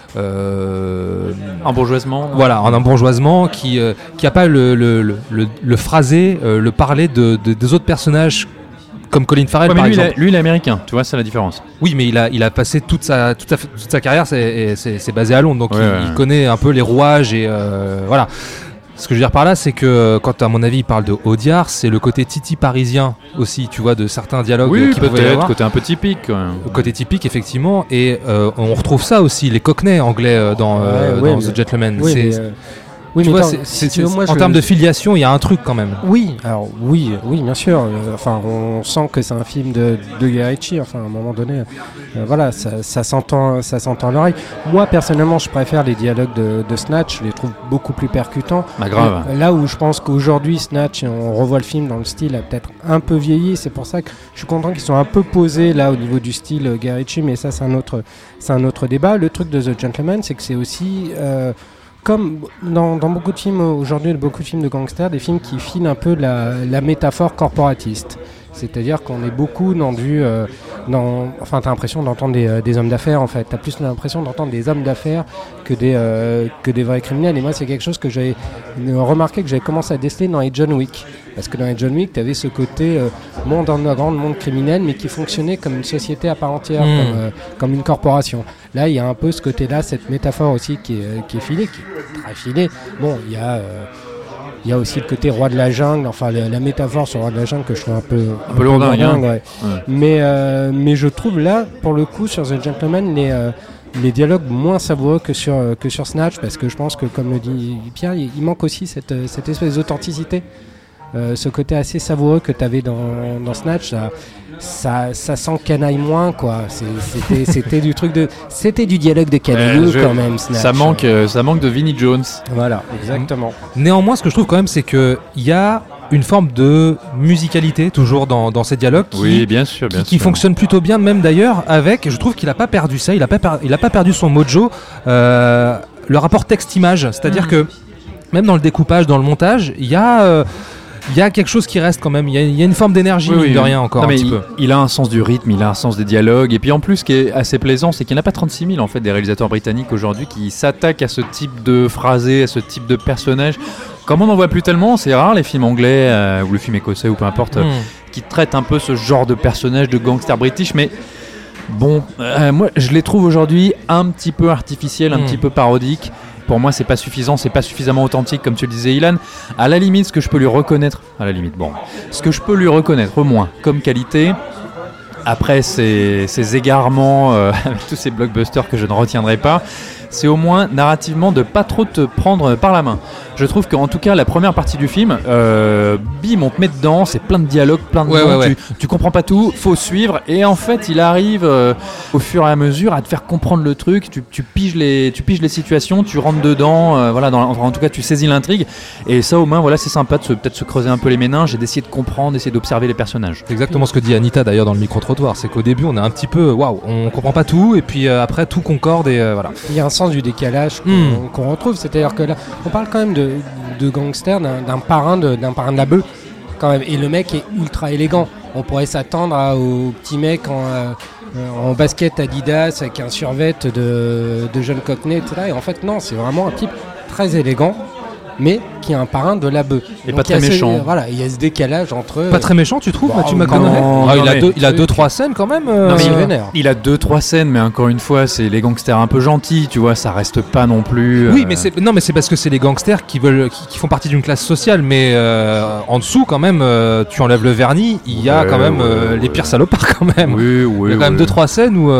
embourgeoisement. Voilà, un embourgeoisement qui a pas le phrasé, le parler des autres personnages comme Colin Farrell par exemple. Lui il est américain, tu vois, c'est la différence. Oui, mais il a passé toute sa carrière, c'est basé à Londres, donc il connaît un peu les rouages et voilà. Ce que je veux dire par là, c'est que quand, à mon avis, il parle de Audiard, c'est le côté titi parisien aussi, tu vois, de certains dialogues qui peuvent y avoir. Côté un peu typique. Côté typique, effectivement. Et on retrouve ça aussi, les cockneys anglais dans The Gentleman. Oui, tu mais vois, en termes de filiation, il y a un truc quand même. Oui, bien sûr. Enfin, on sent que c'est un film de Guy Ritchie. Enfin, à un moment donné, voilà, ça s'entend à l'oreille. Moi, personnellement, je préfère les dialogues de Snatch. Je les trouve beaucoup plus percutants. Grave. Là où je pense qu'aujourd'hui, Snatch, on revoit le film dans le style, a peut-être un peu vieilli. C'est pour ça que je suis content qu'ils soient un peu posés là au niveau du style Guy Ritchie. Mais ça, c'est un autre débat. Le truc de The Gentleman, c'est que c'est aussi comme dans beaucoup de films aujourd'hui, beaucoup de films de gangsters, des films qui filent un peu la métaphore corporatiste. C'est-à-dire qu'on est beaucoup t'as l'impression d'entendre des hommes d'affaires en fait. T'as plus l'impression d'entendre des hommes d'affaires que des vrais criminels. Et moi, c'est quelque chose que j'avais remarqué, que j'avais commencé à déceler dans les John Wick. Parce que dans les John Wick, t'avais ce côté monde underground, monde criminel, mais qui fonctionnait comme une société à part entière, comme une corporation. Là, il y a un peu ce côté-là, cette métaphore aussi qui est filée, qui est très filée. Bon, il y a aussi le côté roi de la jungle, enfin la métaphore sur le roi de la jungle que je trouve un peu lourdingue, ouais. Mais je trouve là, pour le coup, sur The Gentleman, les dialogues moins savoureux que sur Snatch, parce que je pense que, comme le dit Pierre, il manque aussi cette espèce d'authenticité ce côté assez savoureux que tu avais dans Snatch, ça s'encanaille moins, quoi. C'était du dialogue de Canaillou quand même, Snatch. Ça manque de Vinnie Jones. Voilà, exactement. Néanmoins, ce que je trouve quand même, c'est qu'il y a une forme de musicalité toujours dans ces dialogues qui fonctionne plutôt bien, même d'ailleurs avec, je trouve qu'il a pas perdu ça, il a pas perdu son mojo, le rapport texte-image, c'est-à-dire que même dans le découpage, dans le montage, il y a quelque chose qui reste quand même, il y a une forme d'énergie, mine de rien encore un petit peu. Il a un sens du rythme, il a un sens des dialogues, et puis en plus ce qui est assez plaisant, c'est qu'il n'y en a pas 36 000 en fait des réalisateurs britanniques aujourd'hui qui s'attaquent à ce type de phrasé, à ce type de personnage. Comme on n'en voit plus tellement, c'est rare les films anglais ou le film écossais ou peu importe, qui traitent un peu ce genre de personnage de gangster british, mais bon, moi je les trouve aujourd'hui un petit peu artificiels, un petit peu parodiques. Pour moi, c'est pas suffisant, c'est pas suffisamment authentique, comme tu le disais, Ilan. À la limite, ce que je peux lui reconnaître au moins comme qualité, après ces égarements avec tous ces blockbusters que je ne retiendrai pas, c'est au moins narrativement de pas trop te prendre par la main. Je trouve qu'en tout cas la première partie du film, bim, on te met dedans, c'est plein de dialogues, plein de mots, tu comprends pas tout, faut suivre, et en fait il arrive au fur et à mesure à te faire comprendre le truc, tu piges les situations, tu rentres dedans, voilà, en tout cas tu saisis l'intrigue, et ça au moins voilà, c'est sympa de peut-être se creuser un peu les méninges et d'essayer de comprendre, d'essayer d'observer les personnages. C'est exactement ce que dit Anita d'ailleurs dans le micro-trottoir, c'est qu'au début on est un petit peu on comprend pas tout, et puis après tout concorde, et voilà. Il y a un sens du décalage qu'on retrouve, c'est-à-dire que là on parle quand même de gangster, d'un parrain de la bœuf quand même, et le mec est ultra élégant. On pourrait s'attendre au petit mec en basket Adidas avec un survêt de jeune cockney, etc. Et en fait non, c'est vraiment un type très élégant, mais qui est un parrain de la bœuf. Et pas très méchant. Voilà, il y a ce décalage entre... Pas très méchant, tu trouves, Matthew McConaughey? Il a 2-3 scènes quand même. Non, mais il a 2-3 scènes, mais encore une fois, c'est les gangsters un peu gentils, tu vois, ça reste pas non plus... Oui, mais c'est parce que c'est les gangsters qui font partie d'une classe sociale, mais en dessous, quand même, tu enlèves le vernis, il y a quand même les pires salopards, quand même. Oui, il y a quand même 2-3 scènes où,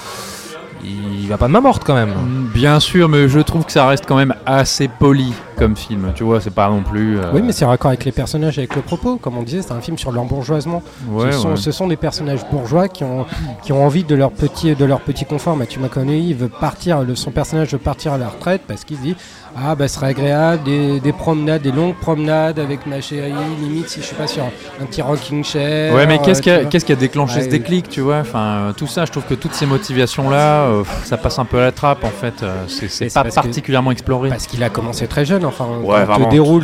il va pas de main morte quand même. Bien sûr, mais je trouve que ça reste quand même assez poli comme film, tu vois, c'est pas non plus... Oui, mais c'est raccord avec les personnages, avec le propos, comme on disait, c'est un film sur l'embourgeoisement. Ce sont des personnages bourgeois qui ont envie de leur petit confort. Matthew McConaughey veut partir, son personnage veut partir à la retraite parce qu'il se dit ce serait agréable, des promenades, des longues promenades avec ma chérie, limite si je suis pas sur un petit rocking chair. Ouais, mais qu'est-ce qui a déclenché ce déclic, tu vois, enfin, tout ça, je trouve que toutes ces motivations-là, ça passe un peu à la trappe, en fait, c'est pas particulièrement exploré. Parce qu'il a commencé très jeune, enfin, quand on te déroule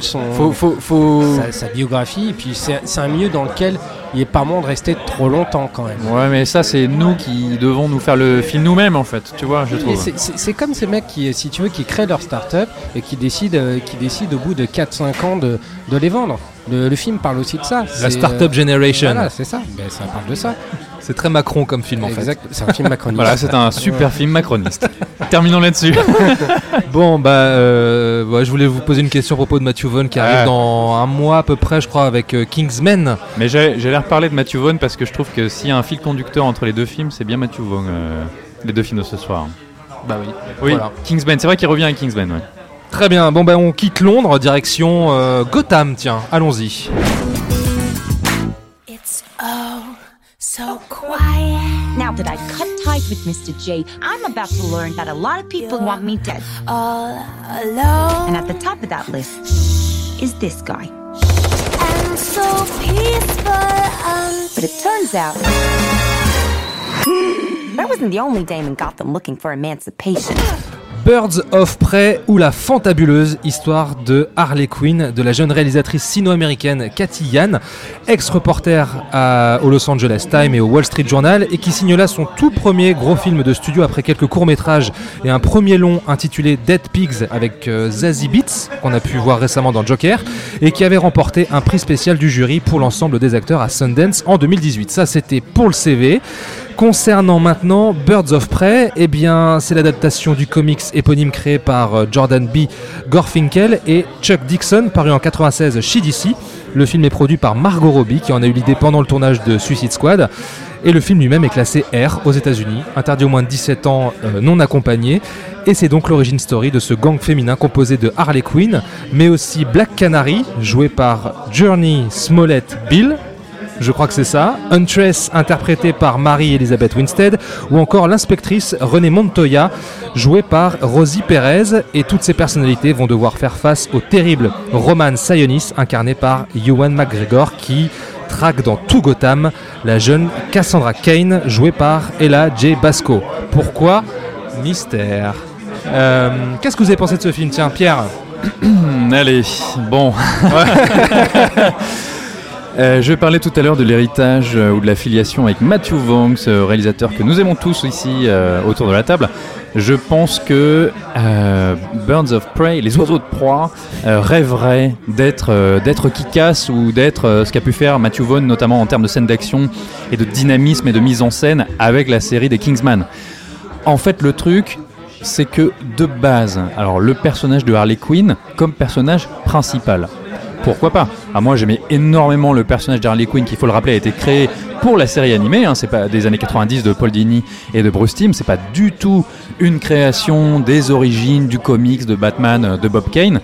sa biographie, et puis c'est un milieu dans lequel il est pas bon de rester trop longtemps quand même. Ouais, mais ça, c'est nous qui devons nous faire le film nous-mêmes, en fait, tu vois, je trouve. C'est comme ces mecs qui, si tu veux, qui créent leur start-up et qui décident au bout de 4-5 ans de les vendre. Le film parle aussi de ça. La Startup Generation. Voilà, c'est ça. Ben, ça parle de ça. C'est très Macron comme film, en fait. C'est un film macroniste. Voilà, c'est un super film macroniste. Terminons là-dessus. Bon, je voulais vous poser une question à propos de Matthew Vaughn qui arrive dans un mois à peu près, je crois, avec Kingsman. Mais j'allais reparler de Matthew Vaughn parce que je trouve que s'il y a un fil conducteur entre les deux films, c'est bien Matthew Vaughn, les deux films de ce soir. Bah oui. Oui, Voilà. Kingsman, c'est vrai qu'il revient avec Kingsman, ouais. Très bien, bon on quitte Londres, direction Gotham, tiens, allons-y. It's so quiet. Now that I've cut ties with Mr. J, I'm about to learn that a lot of people want me dead. All alone. And at the top of that list is this guy. And so peaceful. But it turns out I wasn't the only dame in Gotham looking for emancipation. Birds of Prey ou la fantabuleuse histoire de Harley Quinn, de la jeune réalisatrice sino-américaine Cathy Yan, ex-reporter au Los Angeles Times et au Wall Street Journal, et qui signe là son tout premier gros film de studio après quelques courts-métrages et un premier long intitulé Dead Pigs avec Zazie Beetz, qu'on a pu voir récemment dans Joker, et qui avait remporté un prix spécial du jury pour l'ensemble des acteurs à Sundance en 2018. Ça, c'était pour le CV. Concernant maintenant Birds of Prey, eh bien, c'est l'adaptation du comics éponyme créé par Jordan B. Gorfinkel et Chuck Dixon, paru en 96 chez DC. Le film est produit par Margot Robbie, qui en a eu l'idée pendant le tournage de Suicide Squad. Et le film lui-même est classé R aux États-Unis, interdit aux moins de 17 ans non accompagnés. Et c'est donc l'origin story de ce gang féminin composé de Harley Quinn, mais aussi Black Canary, joué par Journey Smollett Bill. Je crois que c'est ça. Huntress, interprétée par Mary-Elizabeth Winstead, ou encore l'inspectrice Renée Montoya, jouée par Rosie Perez. Et toutes ces personnalités vont devoir faire face au terrible Roman Sionis, incarné par Ewan McGregor, qui traque dans tout Gotham la jeune Cassandra Cain, jouée par Ella J. Basco. Pourquoi ? Mystère. Qu'est-ce que vous avez pensé de ce film ? Tiens, Pierre. Allez, bon. Je parlais tout à l'heure de l'héritage ou de la filiation avec Matthew Vaughn, ce réalisateur que nous aimons tous ici autour de la table. Je pense que Birds of Prey, les oiseaux de proie, rêveraient d'être Kick-Ass ou d'être ce qu'a pu faire Matthew Vaughn, notamment en termes de scènes d'action et de dynamisme et de mise en scène avec la série des Kingsman. En fait, le truc, c'est que de base, alors le personnage de Harley Quinn comme personnage principal, pourquoi pas ? Moi j'aimais énormément le personnage d'Harley Quinn, qui, il faut le rappeler, a été créé pour la série animée, c'est pas des années 90 de Paul Dini et de Bruce Timm, c'est pas du tout une création des origines du comics de Batman de Bob Kane.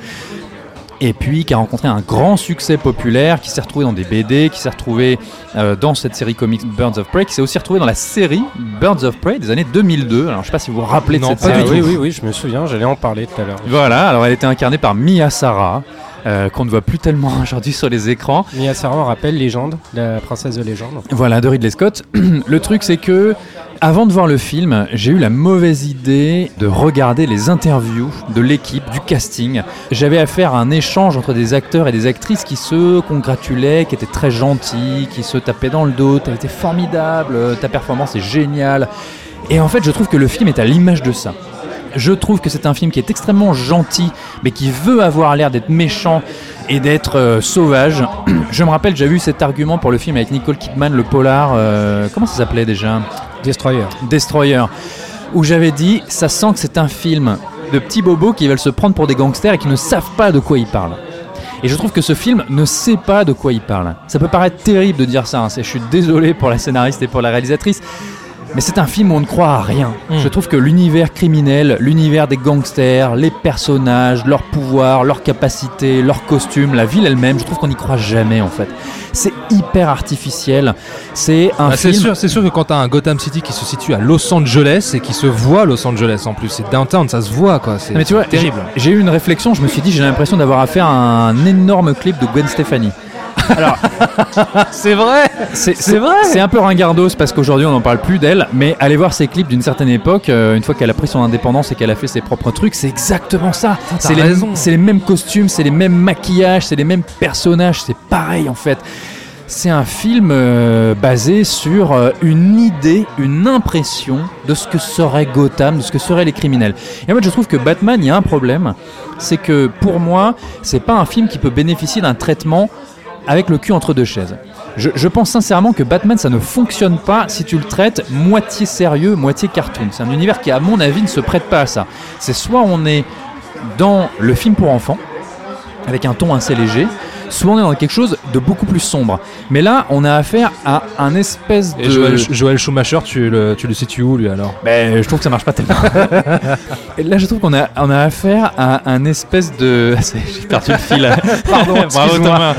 Et puis qui a rencontré un grand succès populaire, qui s'est retrouvé dans des BD, qui s'est retrouvé dans cette série comics Birds of Prey, qui s'est aussi retrouvé dans la série Birds of Prey des années 2002. Alors je sais pas si vous vous rappelez de cette série. Oui, je me souviens, j'allais en parler tout à l'heure. Voilà, alors elle était incarnée par Mia Sara, qu'on ne voit plus tellement aujourd'hui sur les écrans. Mia Sara, on rappelle Légende, la princesse de Légende. Voilà, de Ridley Scott. Le truc, c'est que avant de voir le film, j'ai eu la mauvaise idée de regarder les interviews de l'équipe, du casting. J'avais affaire à un échange entre des acteurs et des actrices qui se congratulaient, qui étaient très gentils, qui se tapaient dans le dos. T'as été formidable, ta performance est géniale. Et en fait, je trouve que le film est à l'image de ça. Je trouve que c'est un film qui est extrêmement gentil, mais qui veut avoir l'air d'être méchant et d'être sauvage. Je me rappelle, j'avais eu cet argument pour le film avec Nicole Kidman, le polar, comment ça s'appelait déjà ? Destroyer, où j'avais dit, ça sent que c'est un film de petits bobos qui veulent se prendre pour des gangsters et qui ne savent pas de quoi ils parlent. Et je trouve que ce film ne sait pas de quoi il parle. Ça peut paraître terrible de dire ça, je suis désolé pour la scénariste et pour la réalisatrice, mais c'est un film où on ne croit à rien. Je trouve que l'univers criminel, l'univers des gangsters, les personnages, leurs pouvoirs, leurs capacités, leurs costumes, la ville elle-même, je trouve qu'on n'y croit jamais en fait. C'est hyper artificiel. C'est un film... C'est sûr que quand tu as un Gotham City qui se situe à Los Angeles et qui se voit Los Angeles en plus, c'est downtown, ça se voit quoi. C'est, mais tu vois, terrible. J'ai eu une réflexion, je me suis dit, j'ai l'impression d'avoir affaire à un énorme clip de Gwen Stefani. Alors, c'est vrai. C'est un peu ringardos parce qu'aujourd'hui on n'en parle plus d'elle, mais allez voir ses clips d'une certaine époque, une fois qu'elle a pris son indépendance et qu'elle a fait ses propres trucs, c'est exactement ça. C'est les mêmes costumes, c'est les mêmes maquillages, c'est les mêmes personnages, c'est pareil en fait. C'est un film basé sur une idée, une impression de ce que serait Gotham, de ce que seraient les criminels. Et en fait, je trouve que Batman, il y a un problème, c'est que pour moi, c'est pas un film qui peut bénéficier d'un traitement avec le cul entre deux chaises. Je pense sincèrement que Batman, ça ne fonctionne pas si tu le traites moitié sérieux, moitié cartoon. C'est un univers qui, à mon avis, ne se prête pas à ça. C'est soit on est dans le film pour enfants, avec un ton assez léger, soit on est dans quelque chose de beaucoup plus sombre. Mais là, on a affaire à un espèce de... Et Joel Schumacher, tu le situes où, lui, alors ? Je trouve que ça marche pas tellement. Et là, je trouve qu'on a affaire à un espèce de... J'ai perdu le fil. Pardon, bravo Thomas.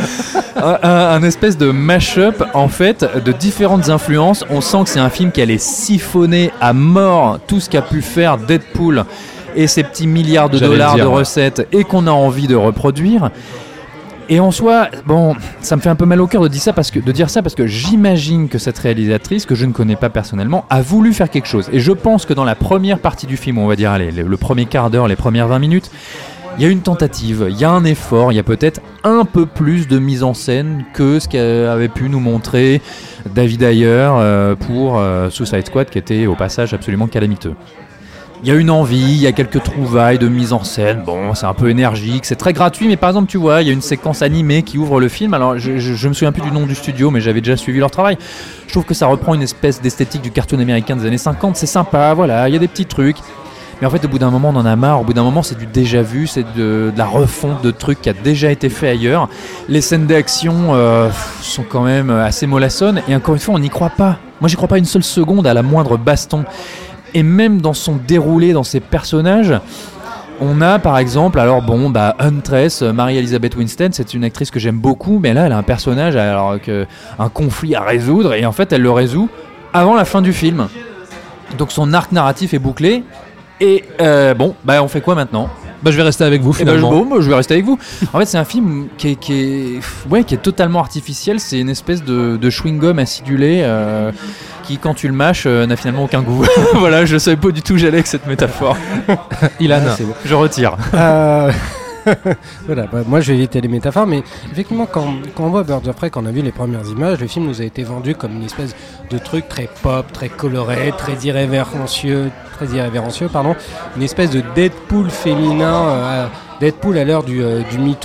Un espèce de mash-up, en fait, de différentes influences. On sent que c'est un film qui allait siphonner à mort tout ce qu'a pu faire Deadpool et ses petits milliards de dollars de recettes et qu'on a envie de reproduire. Et en soi, bon, ça me fait un peu mal au cœur de dire ça parce que j'imagine que cette réalisatrice, que je ne connais pas personnellement, a voulu faire quelque chose. Et je pense que dans la première partie du film, on va dire, allez, le premier quart d'heure, les premières 20 minutes, il y a une tentative, il y a un effort, il y a peut-être un peu plus de mise en scène que ce qu'avait pu nous montrer David Ayer pour Suicide Squad, qui était au passage absolument calamiteux. Il y a une envie, il y a quelques trouvailles de mise en scène, bon, c'est un peu énergique, c'est très gratuit, mais par exemple, tu vois, il y a une séquence animée qui ouvre le film, alors je me souviens plus du nom du studio, mais j'avais déjà suivi leur travail. Je trouve que ça reprend une espèce d'esthétique du cartoon américain des années 50, c'est sympa, voilà, il y a des petits trucs. Mais en fait, au bout d'un moment, on en a marre. Au bout d'un moment, c'est du déjà vu, c'est de la refonte de trucs qui a déjà été fait ailleurs. Les scènes d'action sont quand même assez mollassonnes. Et encore une fois, on n'y croit pas. Moi, j'y crois pas une seule seconde à la moindre baston. Et même dans son déroulé, dans ses personnages, on a par exemple, Huntress, Mary-Elizabeth Winstead, c'est une actrice que j'aime beaucoup, mais là, elle a un personnage, un conflit à résoudre, et en fait, elle le résout avant la fin du film. Donc son arc narratif est bouclé, et on fait quoi maintenant ? Je vais rester avec vous finalement. Je vais rester avec vous. En fait, c'est un film qui est totalement artificiel. C'est une espèce de chewing-gum acidulé qui, quand tu le mâches, n'a finalement aucun goût. Voilà, je savais pas du tout où j'allais avec cette métaphore. Ilan, je retire. Voilà, moi je vais éviter les métaphores, mais effectivement quand on voit Birds of Prey, quand on a vu les premières images, le film nous a été vendu comme une espèce de truc très pop, très coloré, très irrévérencieux, une espèce de Deadpool féminin, Deadpool à l'heure du MeToo,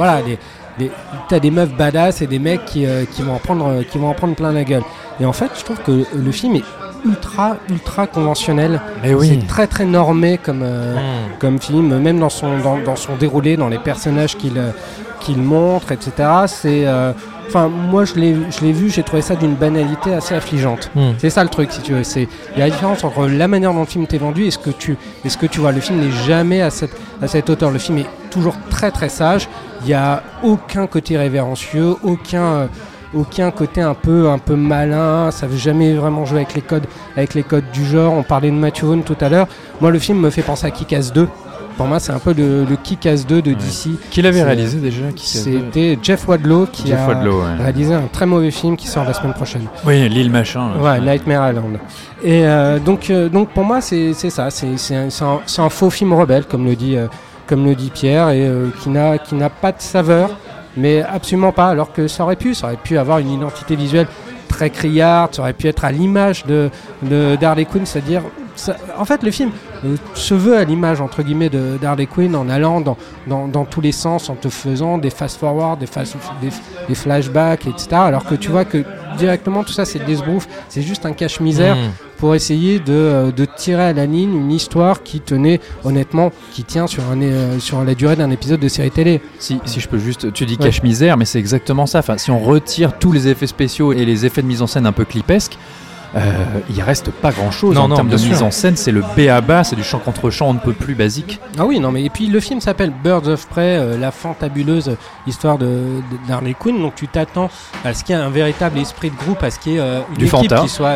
t'as des meufs badass et des mecs qui vont en prendre plein la gueule. Et en fait, je trouve que le film est ultra conventionnel. C'est très très normé comme film, même dans son déroulé, dans les personnages qu'il montre, etc. C'est moi je l'ai vu, j'ai trouvé ça d'une banalité assez affligeante. C'est ça le truc, si tu veux. Il y a la différence entre la manière dont le film t'est vendu et ce que tu vois. Le film n'est jamais à cette hauteur. Le film est toujours très très sage. Il n'y a aucun côté révérencieux, aucun côté un peu malin. Ça veut jamais vraiment jouer avec les codes du genre. On parlait de Matthew Vaughn tout à l'heure. Moi, le film me fait penser à Kick-Ass 2. Pour moi, c'est un peu le Kick-Ass 2 de DC. Qui l'avait réalisé déjà? C'était Jeff Wadlow qui a réalisé un très mauvais film qui sort la semaine prochaine. Oui, l'île machin. Nightmare Island. Et donc pour moi, c'est ça. C'est un faux film rebelle, comme le dit Pierre, et qui n'a pas de saveur. Mais absolument pas, alors que ça aurait pu avoir une identité visuelle très criarde, ça aurait pu être à l'image d'Harley Quinn, c'est-à-dire, en fait le film se veut à l'image entre guillemets d'Harley Quinn en allant dans tous les sens, en te faisant des fast-forward, des flashbacks, etc. Alors que tu vois que directement tout ça c'est des esbroufs, c'est juste un cache-misère pour essayer de tirer à la ligne une histoire qui tient sur la durée d'un épisode de série télé. Si je peux juste, tu dis cache-misère, mais c'est exactement ça. Enfin, si on retire tous les effets spéciaux et les effets de mise en scène un peu clipesques, il reste pas grand chose en termes de mise en scène. C'est le B.A.-ba, c'est du chant contre chant, on ne peut plus basique. Ah oui, non mais et puis le film s'appelle Birds of Prey, la fantabuleuse histoire d'Harley Quinn, donc tu t'attends à ce qu'il y ait un véritable esprit de groupe, à ce qu'il y ait une équipe qui soit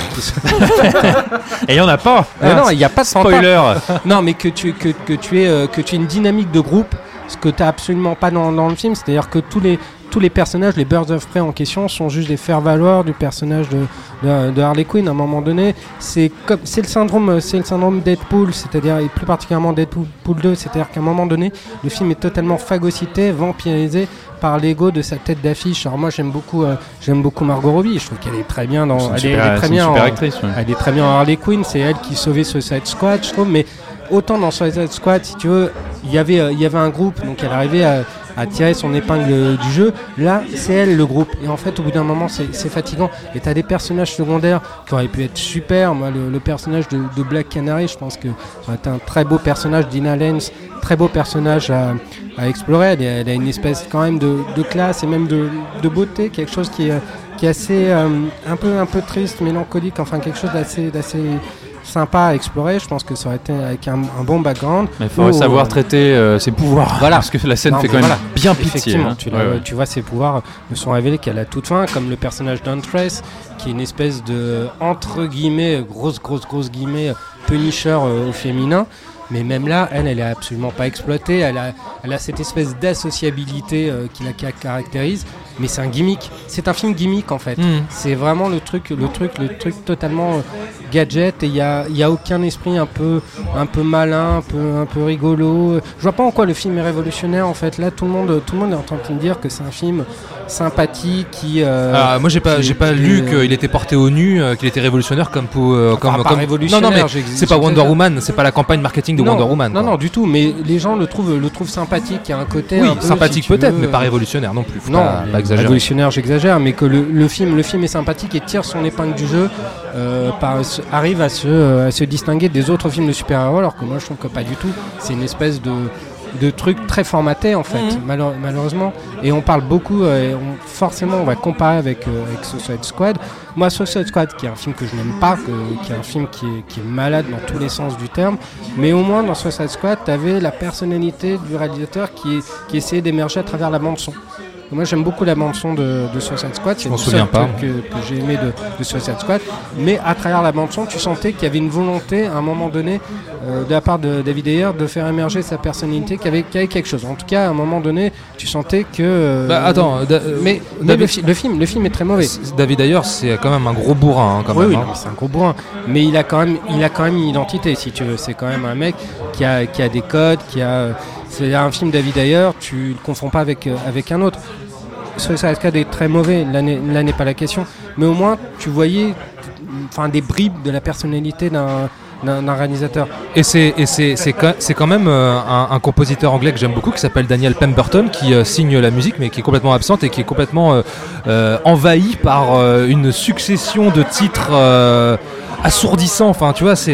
et il y en a pas. Non, il y a pas de spoiler. Non, mais que tu aies une dynamique de groupe, ce que tu n'as absolument pas dans le film, c'est-à-dire que tous les personnages, les Birds of Prey en question, sont juste des faire-valoir du personnage de Harley Quinn. À un moment donné, c'est le syndrome Deadpool, c'est-à-dire, et plus particulièrement Deadpool 2, c'est-à-dire qu'à un moment donné, le film est totalement phagocyté, vampirisé par l'ego de sa tête d'affiche. Alors moi, j'aime beaucoup Margot Robbie. Je trouve qu'elle est très bien elle est très bien en Harley Quinn. C'est elle qui sauvait Suicide Squad, je trouve. Mais autant dans Suicide Squad, si tu veux, il y avait un groupe, donc elle arrivait à tirer son épingle du jeu. Là, c'est elle le groupe. Et en fait, au bout d'un moment, c'est fatigant. Et t'as des personnages secondaires qui auraient pu être super. Moi, le personnage de Black Canary, je pense que ça aurait été un très beau personnage. Dina Lenz, très beau personnage à explorer. Elle a une espèce quand même de classe et même de beauté, quelque chose qui est assez un peu triste, mélancolique, enfin quelque chose d'assez sympa à explorer. Je pense que ça aurait été avec un bon background. Mais il faudrait savoir traiter ses pouvoirs. Voilà. Parce que la scène fait quand même bien pitié. Effectivement, tu vois, ses pouvoirs ne sont révélés qu'à la toute fin, comme le personnage d'Huntress, qui est une espèce de, entre guillemets, grosse guillemets, Punisher au féminin. Mais même là, elle est absolument pas exploitée. Elle a cette espèce d'associabilité qui la caractérise. Mais c'est un gimmick. C'est un film gimmick en fait. C'est vraiment le truc totalement gadget. Et il y a aucun esprit un peu malin, un peu rigolo. Je vois pas en quoi le film est révolutionnaire en fait. Là, tout le monde est en train de me dire que c'est un film sympathique, qui... moi j'ai pas lu qu'il était porté au nu, qu'il était révolutionnaire comme révolutionnaire. Non, mais c'est pas Wonder Woman, c'est pas la campagne marketing de Wonder Woman. Non, du tout, mais les gens le trouvent sympathique, il y a un côté un peu, sympathique si peut-être, mais pas révolutionnaire non plus. Pas exagérer. Révolutionnaire, j'exagère, mais que le film est sympathique et tire son épingle du jeu, arrive à se distinguer des autres films de super-héros, alors que moi je trouve que pas du tout. C'est une espèce de trucs très formatés en fait, malheureusement, et on parle beaucoup forcément on va comparer avec Suicide Squad. Moi Suicide Squad, qui est un film que je n'aime pas, qui est un film qui est malade dans tous les sens du terme, mais au moins dans Suicide Squad t'avais la personnalité du réalisateur qui essayait d'émerger à travers la bande son. Moi j'aime beaucoup la bande son de Suicide Squad, c'est le seul truc que j'ai aimé de Suicide Squad, mais à travers la bande son tu sentais qu'il y avait une volonté à un moment donné de la part de David Ayer de faire émerger sa personnalité, qu'il y avait quelque chose. En tout cas à un moment donné tu sentais que... mais le film est très mauvais. David Ayer c'est quand même un gros bourrin quand même. Oui, c'est un gros bourrin, mais il a quand même une identité si tu veux. C'est quand même un mec qui a des codes, c'est un film David Ayer, tu le confonds pas avec un autre. Suicide Squad est très mauvais, là n'est pas la question, mais au moins tu voyais des bribes de la personnalité d'un réalisateur. Et c'est quand même un compositeur anglais que j'aime beaucoup qui s'appelle Daniel Pemberton qui signe la musique mais qui est complètement absente et qui est complètement envahi par une succession de titres assourdissants. Enfin tu vois c'est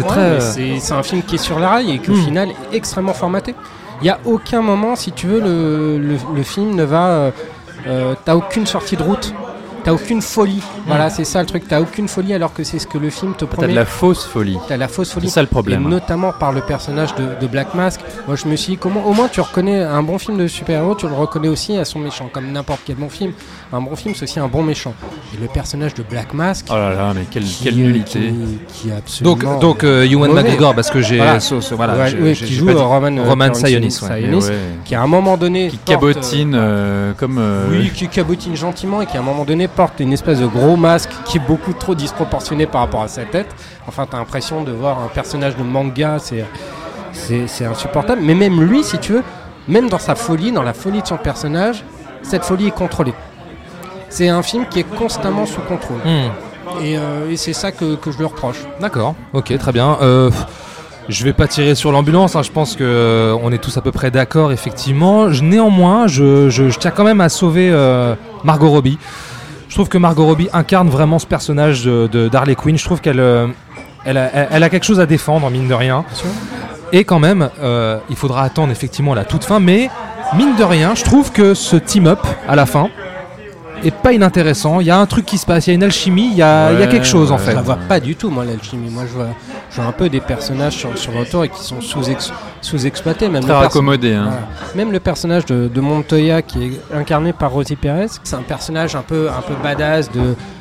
un film qui est sur la rail et qui au final est extrêmement formaté. Il n'y a aucun moment, si tu veux, le film ne va... t'as aucune sortie de route, t'as aucune folie. Voilà, c'est ça le truc, t'as aucune folie alors que c'est ce que le film te promet. T'as de la fausse folie. C'est ça le problème. Et notamment par le personnage de Black Mask. Moi je me suis dit, comment au moins tu reconnais un bon film de super-héros, tu le reconnais aussi à son méchant, comme n'importe quel bon film. Un bon film c'est aussi un bon méchant. Et le personnage de Black Mask... Oh là là, mais quelle nullité. Qui est absolument... Donc Ewan McGregor, parce que j'ai... qui joue Roman Sionis, qui à un moment donné... Qui cabotine comme... Oui, qui cabotine gentiment et qui à un moment donné porte une espèce de gros masque qui est beaucoup trop disproportionné par rapport à sa tête. Enfin, t'as l'impression de voir un personnage de manga, c'est insupportable. Mais même lui, si tu veux, même dans sa folie, dans la folie de son personnage, cette folie est contrôlée. C'est un film qui est constamment sous contrôle. Et c'est ça que je lui reproche. D'accord, ok, très bien. Je vais pas tirer sur l'ambulance, je pense qu'on est tous à peu près d'accord, effectivement. Néanmoins, je tiens quand même à sauver Margot Robbie. Je trouve que Margot Robbie incarne vraiment ce personnage d'Harley Quinn. Je trouve qu'elle a quelque chose à défendre, mine de rien. Et quand même, il faudra attendre effectivement la toute fin. Mais mine de rien, je trouve que ce team-up à la fin est pas inintéressant. Il y a un truc qui se passe, il y a une alchimie, il y a quelque chose en fait. Je la vois pas du tout, moi, l'alchimie. Moi, je vois un peu des personnages sur le tour et qui sont sous-exploités. Même très raccommodés. Voilà. Même le personnage de Montoya qui est incarné par Rosie Perez, c'est un personnage un peu badass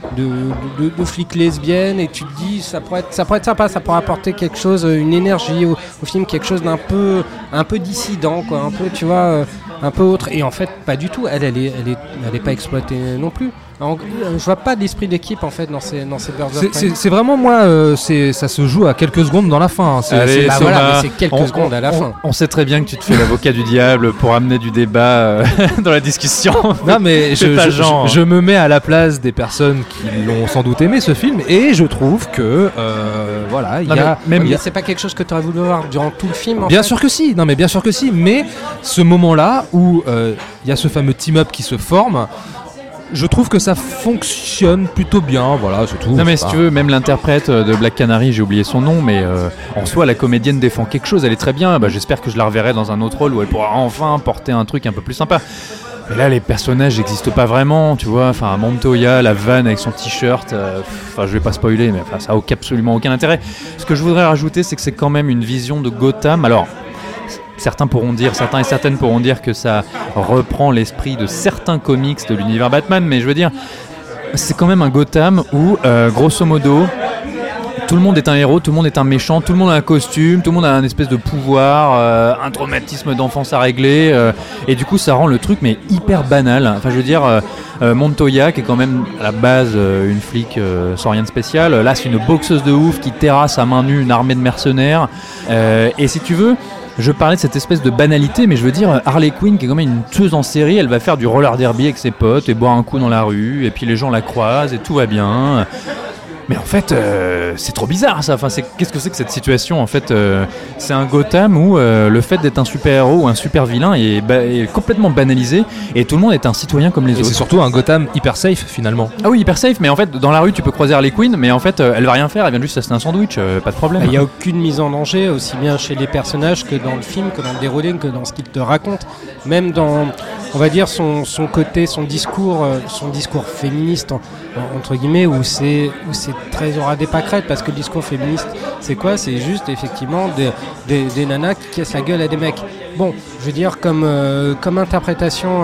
de flic lesbienne, et tu te dis ça pourrait être sympa, ça pourrait apporter quelque chose, une énergie au film, quelque chose d'un peu dissident, quoi, un peu, tu vois, un peu autre. Et en fait, pas du tout. Elle est pas exploitée non plus. Alors, je vois pas d'esprit d'équipe en fait dans ces Birds of Prey. C'est vraiment moi, ça se joue à quelques secondes dans la fin. Mais c'est quelques secondes à la fin. On sait très bien que tu te fais l'avocat du diable pour amener du débat dans la discussion. Non mais je me mets à la place des personnes qui l'ont sans doute aimé ce film, et je trouve que voilà, c'est pas quelque chose que tu aurais voulu voir durant tout le film. Bien sûr que si. Non mais bien sûr que si. Mais ce moment-là où il y a ce fameux team-up qui se forme. Je trouve que ça fonctionne plutôt bien, voilà, c'est tout. Non mais si tu veux, même l'interprète de Black Canary, j'ai oublié son nom, mais en soi la comédienne défend quelque chose, elle est très bien. J'espère que je la reverrai dans un autre rôle où elle pourra enfin porter un truc un peu plus sympa. Mais là les personnages n'existent pas vraiment, tu vois. Enfin Montoya, la vanne avec son t-shirt, je vais pas spoiler, mais ça a absolument aucun intérêt. Ce que je voudrais rajouter, c'est que c'est quand même une vision de Gotham. Alors certains et certaines pourront dire que ça reprend l'esprit de certains comics de l'univers Batman, mais je veux dire, c'est quand même un Gotham où, grosso modo, tout le monde est un héros, tout le monde est un méchant, tout le monde a un costume, tout le monde a un espèce de pouvoir, un traumatisme d'enfance à régler, et du coup ça rend le truc mais hyper banal. Enfin je veux dire, Montoya qui est quand même à la base une flic sans rien de spécial, là c'est une boxeuse de ouf qui terrasse à main nue une armée de mercenaires, et si tu veux, je parlais de cette espèce de banalité, mais je veux dire, Harley Quinn, qui est quand même une tueuse en série, elle va faire du roller derby avec ses potes et boire un coup dans la rue, et puis les gens la croisent et tout va bien. Mais en fait, c'est trop bizarre ça. Enfin, qu'est-ce que c'est que cette situation en fait c'est un Gotham où le fait d'être un super-héros ou un super-vilain est complètement banalisé et tout le monde est un citoyen comme les autres. C'est surtout un Gotham hyper safe finalement. Ah oui, hyper safe, mais en fait, dans la rue, tu peux croiser Harley Quinn, mais en fait, elle va rien faire, elle vient juste s'acheter un sandwich, pas de problème. Il n'y a aucune mise en danger, aussi bien chez les personnages que dans le film, que dans le déroulé, que dans ce qu'il te raconte. Même dans, on va dire, son côté, son discours féministe, entre guillemets, où c'est très aura des pâquerettes, parce que le discours féministe, c'est quoi ? C'est juste, effectivement, des nanas qui cassent la gueule à des mecs. Bon, je veux dire, comme interprétation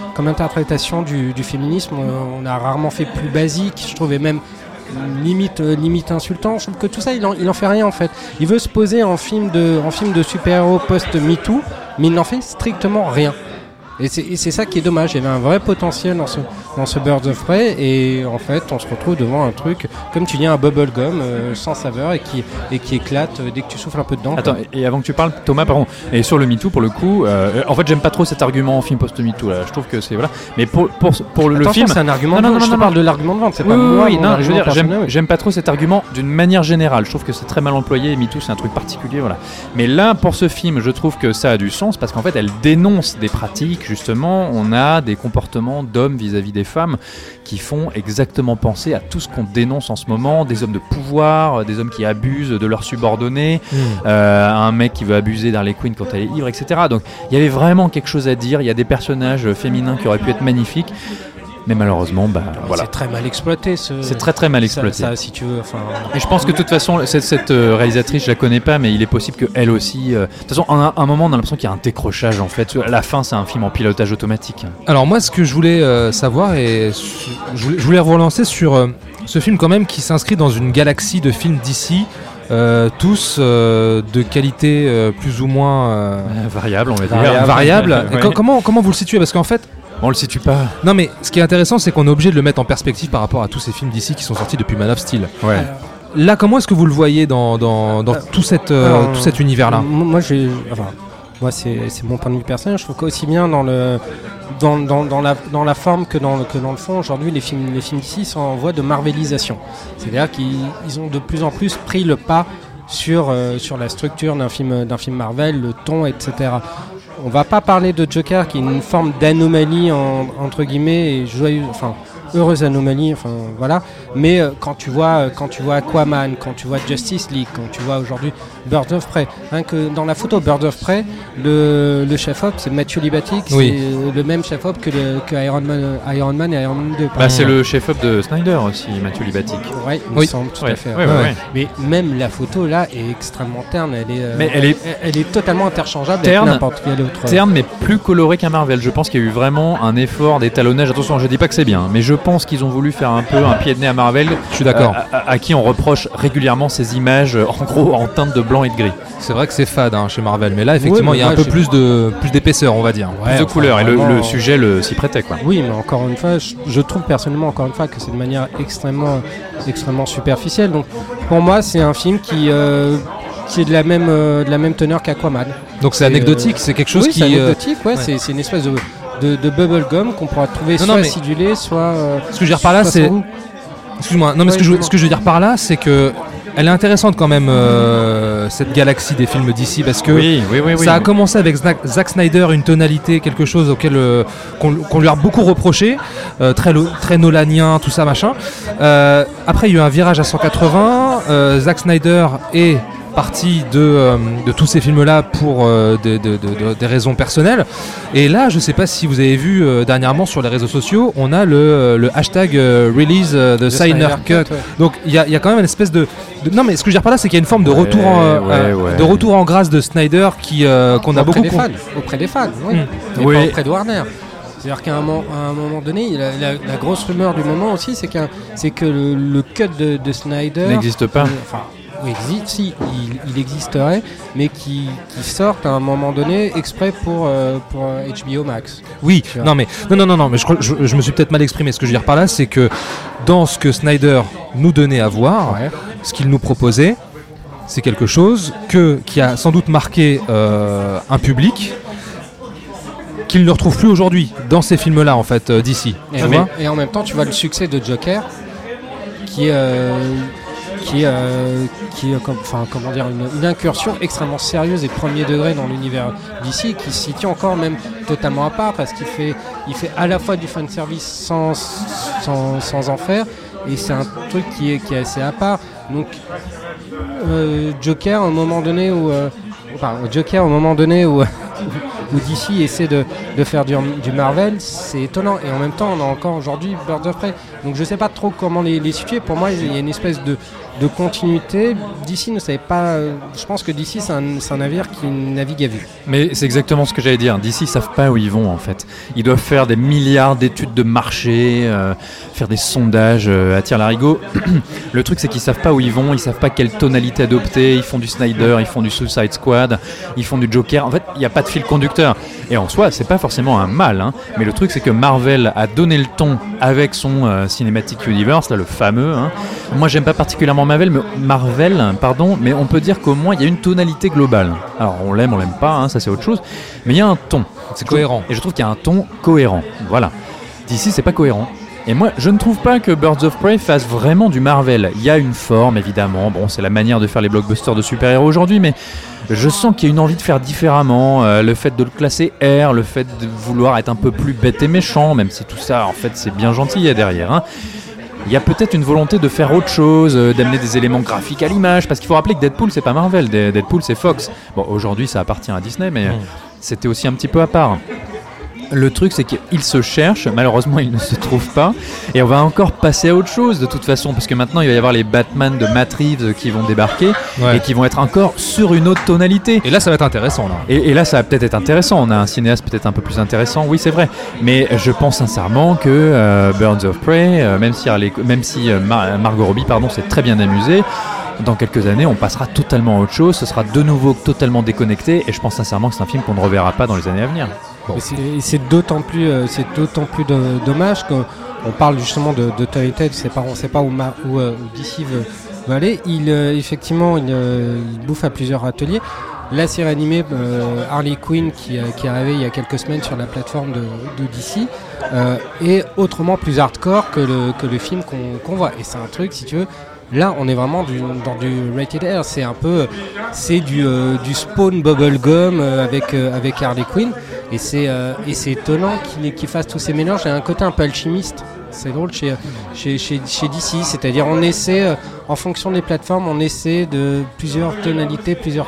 du féminisme, on a rarement fait plus basique, je trouvais même limite insultant. Je trouve que tout ça, il en fait rien en fait. Il veut se poser en film de super-héros post-MeToo, mais il n'en fait strictement rien. Et c'est ça qui est dommage. Il y avait un vrai potentiel dans ce Birds of Prey, et en fait on se retrouve devant un truc, comme tu dis, un bubblegum sans saveur et qui éclate dès que tu souffles un peu dedans. Attends, et avant que tu parles, Thomas, pardon, et sur le MeToo pour le coup, en fait j'aime pas trop cet argument en film post-MeToo là. Je trouve que c'est voilà. Mais pour le film, c'est un argument de vente. Je te parle de l'argument de vente, c'est pas moi. Je veux dire, j'aime pas trop cet argument d'une manière générale. Je trouve que c'est très mal employé, et MeToo c'est un truc particulier, voilà. Mais là, pour ce film, je trouve que ça a du sens parce qu'en fait elle dénonce des pratiques. Justement, on a des comportements d'hommes vis-à-vis des femmes qui font exactement penser à tout ce qu'on dénonce en ce moment, des hommes de pouvoir, des hommes qui abusent de leurs subordonnés, un mec qui veut abuser d'Harley Quinn quand elle est ivre, etc. Donc il y avait vraiment quelque chose à dire, il y a des personnages féminins qui auraient pu être magnifiques. Mais malheureusement, voilà. C'est très mal exploité. C'est très mal exploité. Ça, si tu veux. Et je pense que de toute façon, cette réalisatrice, je la connais pas, mais il est possible qu'elle aussi. De toute façon, à un moment, on a l'impression qu'il y a un décrochage en fait. À la fin, c'est un film en pilotage automatique. Alors moi, ce que je voulais savoir, et je voulais relancer sur ce film quand même qui s'inscrit dans une galaxie de films d'ici. Tous de qualité plus ou moins variable, on va dire. Variable. Ouais. Comment vous le situez ? Parce qu'en fait, on le situe pas. Non, mais ce qui est intéressant, c'est qu'on est obligé de le mettre en perspective par rapport à tous ces films d'ici qui sont sortis depuis Man of Steel. Ouais. Là, comment est-ce que vous le voyez dans tout cet univers-là ? Moi, c'est mon point de vue personnel. Je trouve qu'aussi bien dans la forme que dans le fond, aujourd'hui, les films d'ici sont en voie de marvelisation. C'est-à-dire qu'ils ont de plus en plus pris le pas sur la structure d'un film Marvel, le ton, etc. On va pas parler de Joker qui est une forme d'anomalie entre guillemets et joyeuse, heureuse anomalie, voilà. Mais quand tu vois Aquaman, quand tu vois Justice League, quand tu vois aujourd'hui Birds of Prey, que dans la photo Birds of Prey, le chef-op c'est Matthew Libatic, c'est le même chef-op que Iron Man et Iron Man 2. C'est le chef-op de Snyder aussi, Matthew Libatic. Ouais, il me semble tout à fait. Ouais. Mais même la photo là est extrêmement terne, elle est totalement interchangeable avec n'importe quelle autre. Terne mais plus colorée qu'un Marvel. Je pense qu'il y a eu vraiment un effort d'étalonnage. Attention, je dis pas que c'est bien, mais je pense qu'ils ont voulu faire un peu un pied de nez à Marvel. Je suis d'accord. À qui on reproche régulièrement ces images en gros en teinte de blanc et de gris. C'est vrai que c'est fade chez Marvel, mais là effectivement il y a un peu plus d'épaisseur, on va dire. Plus de couleurs, et le sujet s'y prêtait quoi. Oui, mais encore une fois, je trouve personnellement que c'est de manière extrêmement superficielle. Donc pour moi, c'est un film qui est de la même teneur qu'Aquaman. Donc c'est anecdotique, c'est quelque chose qui. C'est anecdotique, c'est une espèce de bubblegum qu'on pourra trouver soit acidulé, soit. Ce que je veux dire par là, c'est. Excuse-moi. Non, mais ce que je veux dire par là, c'est que elle est intéressante quand même cette galaxie des films d'ici, parce que ça a commencé avec Zack Snyder, une tonalité, quelque chose auquel qu'on lui a beaucoup reproché, très nolanien, tout ça machin. Après il y a eu un virage à 180. Zack Snyder est partie de tous ces films-là pour des raisons personnelles. Et là, je sais pas si vous avez vu dernièrement sur les réseaux sociaux, on a le hashtag release the Snyder Cut. Ouais. Donc il y a quand même une espèce de... Non, mais ce que je veux dire par là, c'est qu'il y a une forme de retour de retour en grâce de Snyder qu'on a beaucoup auprès des fans, et pas auprès de Warner. C'est-à-dire qu'à un moment donné, la grosse rumeur du moment aussi, c'est que le cut de Snyder n'existe pas. Il existerait, mais qui sortent à un moment donné exprès pour HBO Max. Oui, non, mais je me suis peut-être mal exprimé. Ce que je veux dire par là, c'est que dans ce que Snyder nous donnait à voir, ce qu'il nous proposait, c'est quelque chose qui a sans doute marqué un public qu'il ne retrouve plus aujourd'hui dans ces films-là, en fait, d'ici. Et en même temps, tu vois le succès de Joker, qui est comment dire, une incursion extrêmement sérieuse et premier degré dans l'univers d'ici, qui se situe encore même totalement à part, parce qu'il fait à la fois du fanservice sans en faire, et c'est un truc qui est assez à part. Donc Joker, au moment donné où DC essaie de faire du Marvel, c'est étonnant. Et en même temps, on a encore aujourd'hui Birds of Prey. Donc je sais pas trop comment les situer. Pour moi, il y a une espèce de continuité. DC ne savait pas. Je pense que DC, c'est un navire qui navigue à vue. Mais c'est exactement ce que j'allais dire. DC, ils savent pas où ils vont, en fait. Ils doivent faire des milliards d'études de marché, faire des sondages à tire-larigot. Le truc, c'est qu'ils savent pas où ils vont. Ils savent pas quelle tonalité adopter. Ils font du Snyder, ils font du Suicide Squad, ils font du Joker. En fait, il n'y a pas de fil conducteur. Et en soi, c'est pas forcément un mal, hein. Mais le truc, c'est que Marvel a donné le ton avec son Cinematic Universe, là, le fameux. Hein. Moi, j'aime pas particulièrement Marvel, mais on peut dire qu'au moins il y a une tonalité globale. Alors on l'aime pas, hein, ça c'est autre chose, mais il y a un ton. C'est cohérent. Et je trouve qu'il y a un ton cohérent. Voilà. D'ici, c'est pas cohérent. Et moi, je ne trouve pas que Birds of Prey fasse vraiment du Marvel. Il y a une forme, évidemment. Bon, c'est la manière de faire les blockbusters de super-héros aujourd'hui, mais je sens qu'il y a une envie de faire différemment. Le fait de le classer R, le fait de vouloir être un peu plus bête et méchant, même si tout ça, en fait, c'est bien gentil derrière, hein. Il y a peut-être une volonté de faire autre chose, d'amener des éléments graphiques à l'image, parce qu'il faut rappeler que Deadpool, c'est pas Marvel, Deadpool, c'est Fox. Bon, aujourd'hui, ça appartient à Disney, mais c'était aussi un petit peu à part. Le truc, c'est qu'il se cherche, malheureusement, il ne se trouve pas, et on va encore passer à autre chose de toute façon, parce que maintenant, il va y avoir les Batman de Matt Reeves qui vont débarquer, et qui vont être encore sur une autre tonalité. Et là, ça va être intéressant, là. Et là, ça va peut-être être intéressant. On a un cinéaste peut-être un peu plus intéressant, oui, c'est vrai. Mais je pense sincèrement que Birds of Prey, même si Margot Robbie, s'est très bien amusée, dans quelques années, on passera totalement à autre chose. Ce sera de nouveau totalement déconnecté, et je pense sincèrement que c'est un film qu'on ne reverra pas dans les années à venir. Bon. C'est d'autant plus dommage qu'on parle justement de tonalité. On ne sait pas où DC veut aller. Effectivement, il bouffe à plusieurs ateliers. La série animée Harley Quinn qui est arrivée il y a quelques semaines sur la plateforme de DC est autrement plus hardcore que le film qu'on voit. Et c'est un truc, si tu veux. Là, on est vraiment dans du rated R. C'est du Spawn Bubblegum avec Harley Quinn, et c'est étonnant qu'il fasse tous ces mélanges. Il y a un côté un peu alchimiste. C'est drôle chez DC, c'est-à-dire on essaie, en fonction des plateformes, on essaie de plusieurs tonalités, plusieurs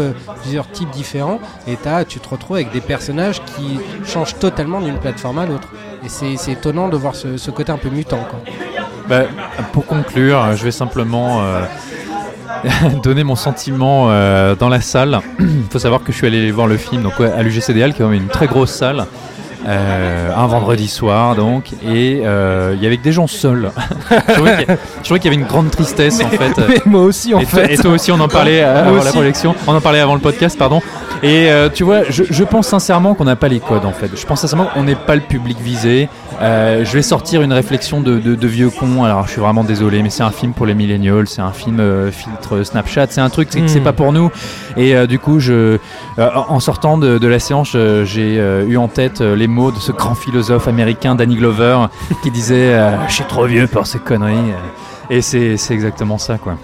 types différents, et tu te retrouves avec des personnages qui changent totalement d'une plateforme à l'autre. Et c'est étonnant de voir ce côté un peu mutant, quoi. Pour conclure, je vais simplement donner mon sentiment dans la salle. Il faut savoir que je suis allé voir le film à l'UGCDL, qui est une très grosse salle, un vendredi soir donc, et il y avait que des gens seuls. Je trouvais qu'il y avait une grande tristesse en fait. Mais moi aussi en fait. Et toi aussi, on en parlait avant la projection, on en parlait avant le podcast, pardon. Et tu vois, je pense sincèrement qu'on n'a pas les codes en fait. Je pense sincèrement qu'on n'est pas le public visé. Je vais sortir une réflexion de vieux con. Alors je suis vraiment désolé, mais c'est un film pour les millennials, c'est un film filtre Snapchat, c'est un truc, c'est pas pour nous. Et du coup, en sortant de la séance, j'ai eu en tête les mots de ce grand philosophe américain Danny Glover qui disait je suis trop vieux pour ces conneries. Et c'est exactement ça, quoi.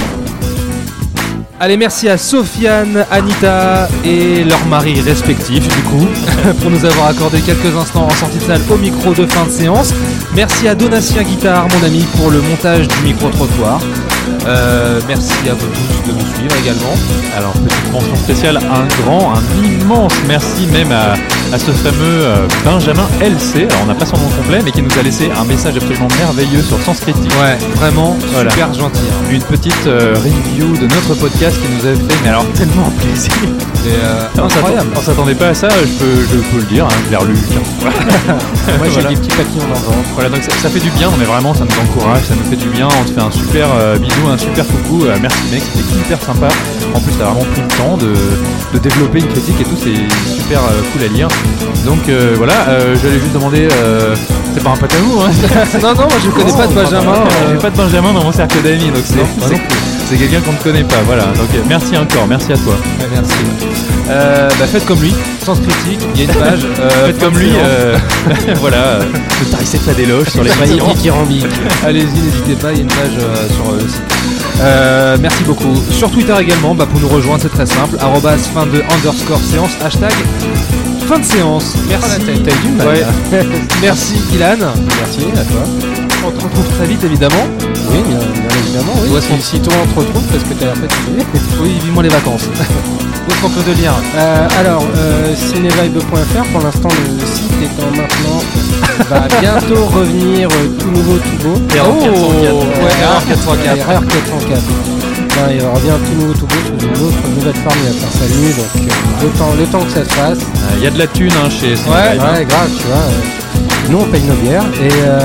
Allez, merci à Sofiane, Anita et leurs maris respectifs du coup pour nous avoir accordé quelques instants en sortie de salle au micro de fin de séance. Merci à Donatien Guitare, mon ami, pour le montage du micro-trottoir. Merci à vous tous de nous suivre également. Alors, petite mention spéciale, un immense merci même à ce fameux Benjamin LC. Alors, on n'a pas son nom complet, mais qui nous a laissé un message absolument merveilleux sur Sens Critique. Ouais, vraiment super gentil. Hein. Une petite review de notre podcast qui nous a fait, mais alors tellement plaisir. Incroyable. On s'attendait pas à ça, je peux le dire, hein, je l'ai relu 15 fois. Moi j'ai des petits papillons dans le ventre. Voilà, donc ça fait du bien, mais vraiment ça nous encourage, ça nous fait du bien. On te fait un super bisou, un super coucou. Merci mec, c'était hyper sympa. En plus t'as vraiment pris le temps de développer une critique et tout, c'est super cool à lire. Donc voilà, j'allais juste demander, c'est pas un pote à vous, hein? Non, moi je connais pas de Benjamin. J'ai pas de Benjamin dans mon cercle d'amis, donc c'est c'est quelqu'un qu'on ne connaît pas. Voilà. Donc merci encore, merci à toi. Ouais, merci. Faites comme lui, Sens Critique, il y a une page. Faites comme lui, voilà. Ne tarissez pas d'éloges sur les vaillants. Allez-y, n'hésitez pas, il y a une page sur le site. Merci beaucoup. Sur Twitter également, pour nous rejoindre, c'est très simple. @fin_de_séance, hashtag fin de séance. Merci. T'as eu du mal. Ouais. Merci Ilan. Merci à toi. On te retrouve très vite évidemment. Oui, bien évidemment. Oui. Si toi on te retrouve parce que t'as la fête. Oui, vivement les vacances. Où est-ce qu'on peut te lire cinevibe.fr, pour l'instant le site étant maintenant va bientôt revenir tout nouveau, tout beau. Erreur 404. Erreur 404. Il revient tout nouveau, tout beau sous une autre nouvelle forme, il va faire sa nuit, donc le temps que ça se fasse. Il y a de la thune chez Cinevibe. Ouais, grave, tu vois. Nous on paye nos bières et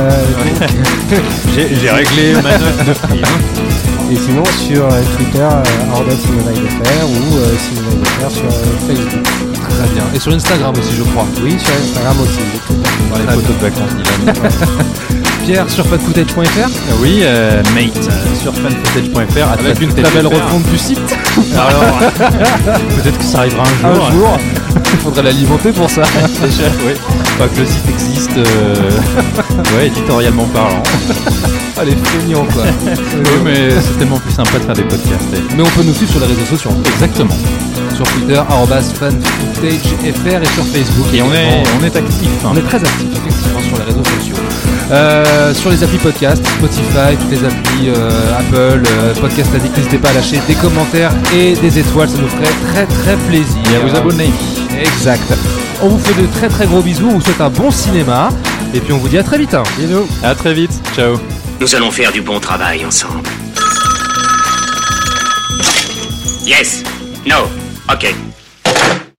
j'ai réglé ma note de prix. Et sinon sur Twitter, @cinevibe.fr ou cinevibe.fr sur Facebook. Très bien. Et sur Instagram aussi, je crois. Oui, sur Instagram aussi. Dans les photos de vacances d'Ilan. Pierre sur fanfootage.fr. Oui, mate sur fanfootage.fr. Avec une très belle refonte du site. Alors, peut-être que ça arrivera un jour. Il faudrait l'alimenter pour ça. Déjà, oui. Pas que le site existe, éditorialement parlant. Ah, les feignants, quoi. Oui, mais c'est tellement plus sympa de faire des podcasts. Mais on peut nous suivre sur les réseaux sociaux. Exactement. Sur Twitter, @fanfootage.fr et sur Facebook. Et on est actif. On est très actif, effectivement, sur les réseaux sociaux. Sur les applis podcast, Spotify, toutes les applis Apple, Podcast Addict, n'hésitez pas à lâcher des commentaires et des étoiles, ça nous ferait très très plaisir. Et à vous abonner. Exact. On vous fait de très très gros bisous, on vous souhaite un bon cinéma et puis on vous dit à très vite. Bisous. À très vite. Ciao. Nous allons faire du bon travail ensemble. Yes. No. Okay.